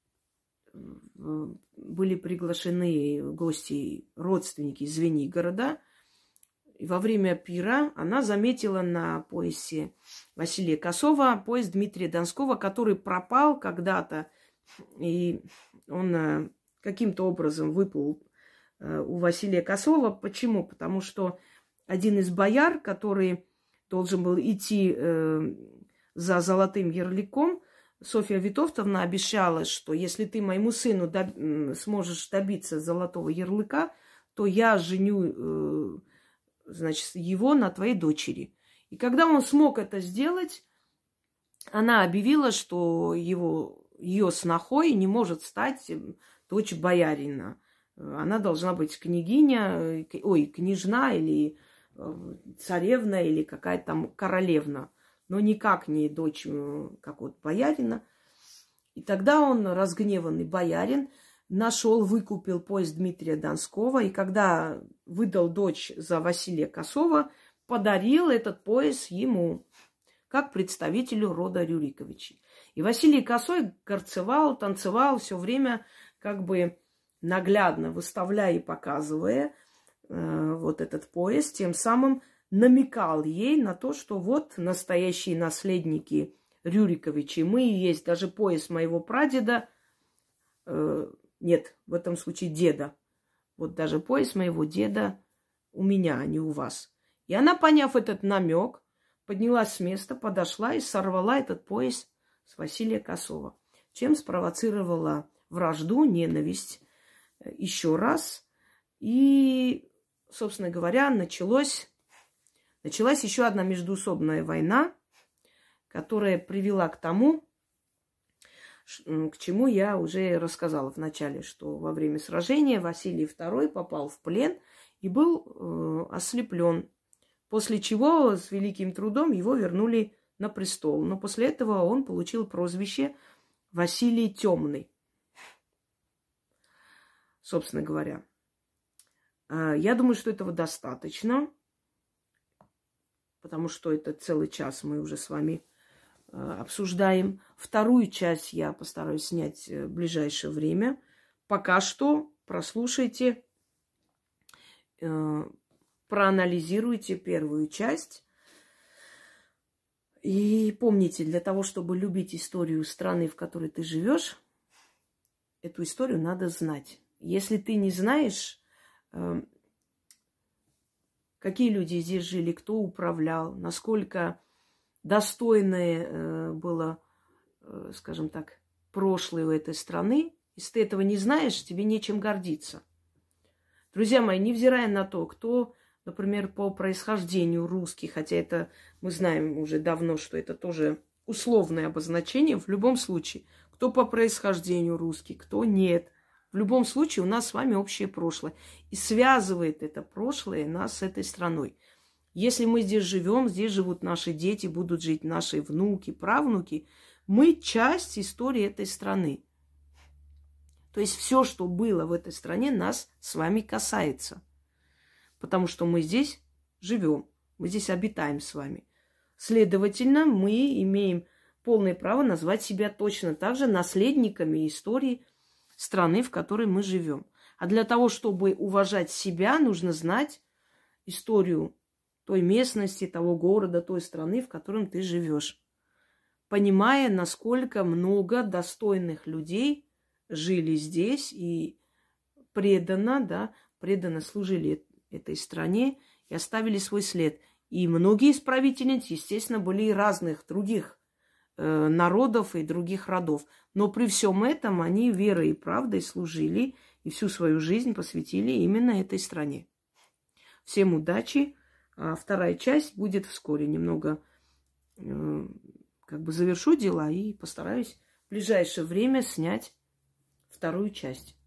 были приглашены гости, родственники из Звенигорода. И во время пира она заметила на поясе Василия Косова пояс Дмитрия Донского, который пропал когда-то. И он каким-то образом выпал у Василия Косова. Почему? Потому что один из бояр, который должен был идти э, за золотым ярлыком, Софья Витовтовна обещала, что если ты моему сыну доб- сможешь добиться золотого ярлыка, то я женю э, значит, его на твоей дочери. И когда он смог это сделать, она объявила, что его, ее снохой не может стать дочь боярина. Она должна быть княгиня, ой, княжна или царевна, или какая-то там королевна, но никак не дочь какого-то боярина. И тогда он, разгневанный боярин, нашел, выкупил пояс Дмитрия Донского, и когда выдал дочь за Василия Косова, подарил этот пояс ему, как представителю рода Рюриковичей. И Василий Косой горцевал, танцевал все время, как бы наглядно выставляя и показывая э, вот этот пояс, тем самым намекал ей на то, что вот настоящие наследники Рюриковичей, мы и есть, даже пояс моего прадеда, э, нет, в этом случае деда, вот даже пояс моего деда у меня, а не у вас. И она, поняв этот намек, поднялась с места, подошла и сорвала этот пояс с Василия Косова, чем спровоцировала вражду, ненависть еще раз. И, собственно говоря, началось, началась еще одна междоусобная война, которая привела к тому, к чему я уже рассказала в начале, что во время сражения Василий второй попал в плен и был э, ослеплен, после чего с великим трудом его вернули на престол. Но после этого он получил прозвище Василий Темный. Собственно говоря, я думаю, что этого достаточно, потому что это целый час мы уже с вами обсуждаем. Вторую часть я постараюсь снять в ближайшее время. Пока что прослушайте, проанализируйте первую часть. И помните, для того, чтобы любить историю страны, в которой ты живешь, эту историю надо знать. Если ты не знаешь, какие люди здесь жили, кто управлял, насколько достойное было, скажем так, прошлое у этой страны, если ты этого не знаешь, тебе нечем гордиться. Друзья мои, невзирая на то, кто, например, по происхождению русский, хотя это мы знаем уже давно, что это тоже условное обозначение, в любом случае, кто по происхождению русский, кто нет. В любом случае у нас с вами общее прошлое. И связывает это прошлое нас с этой страной. Если мы здесь живем, здесь живут наши дети, будут жить наши внуки, правнуки, мы часть истории этой страны. То есть все, что было в этой стране, нас с вами касается. Потому что мы здесь живем, мы здесь обитаем с вами. Следовательно, мы имеем полное право назвать себя точно так же наследниками истории страны, в которой мы живем. А для того, чтобы уважать себя, нужно знать историю той местности, того города, той страны, в котором ты живешь. Понимая, насколько много достойных людей жили здесь и преданно, да, преданно служили этой стране и оставили свой след. И многие из правительниц, естественно, были и разных других э, народов и других родов. Но при всем этом они верой и правдой служили и всю свою жизнь посвятили именно этой стране. Всем удачи. А вторая часть будет вскоре. Немного э, как бы завершу дела и постараюсь в ближайшее время снять вторую часть.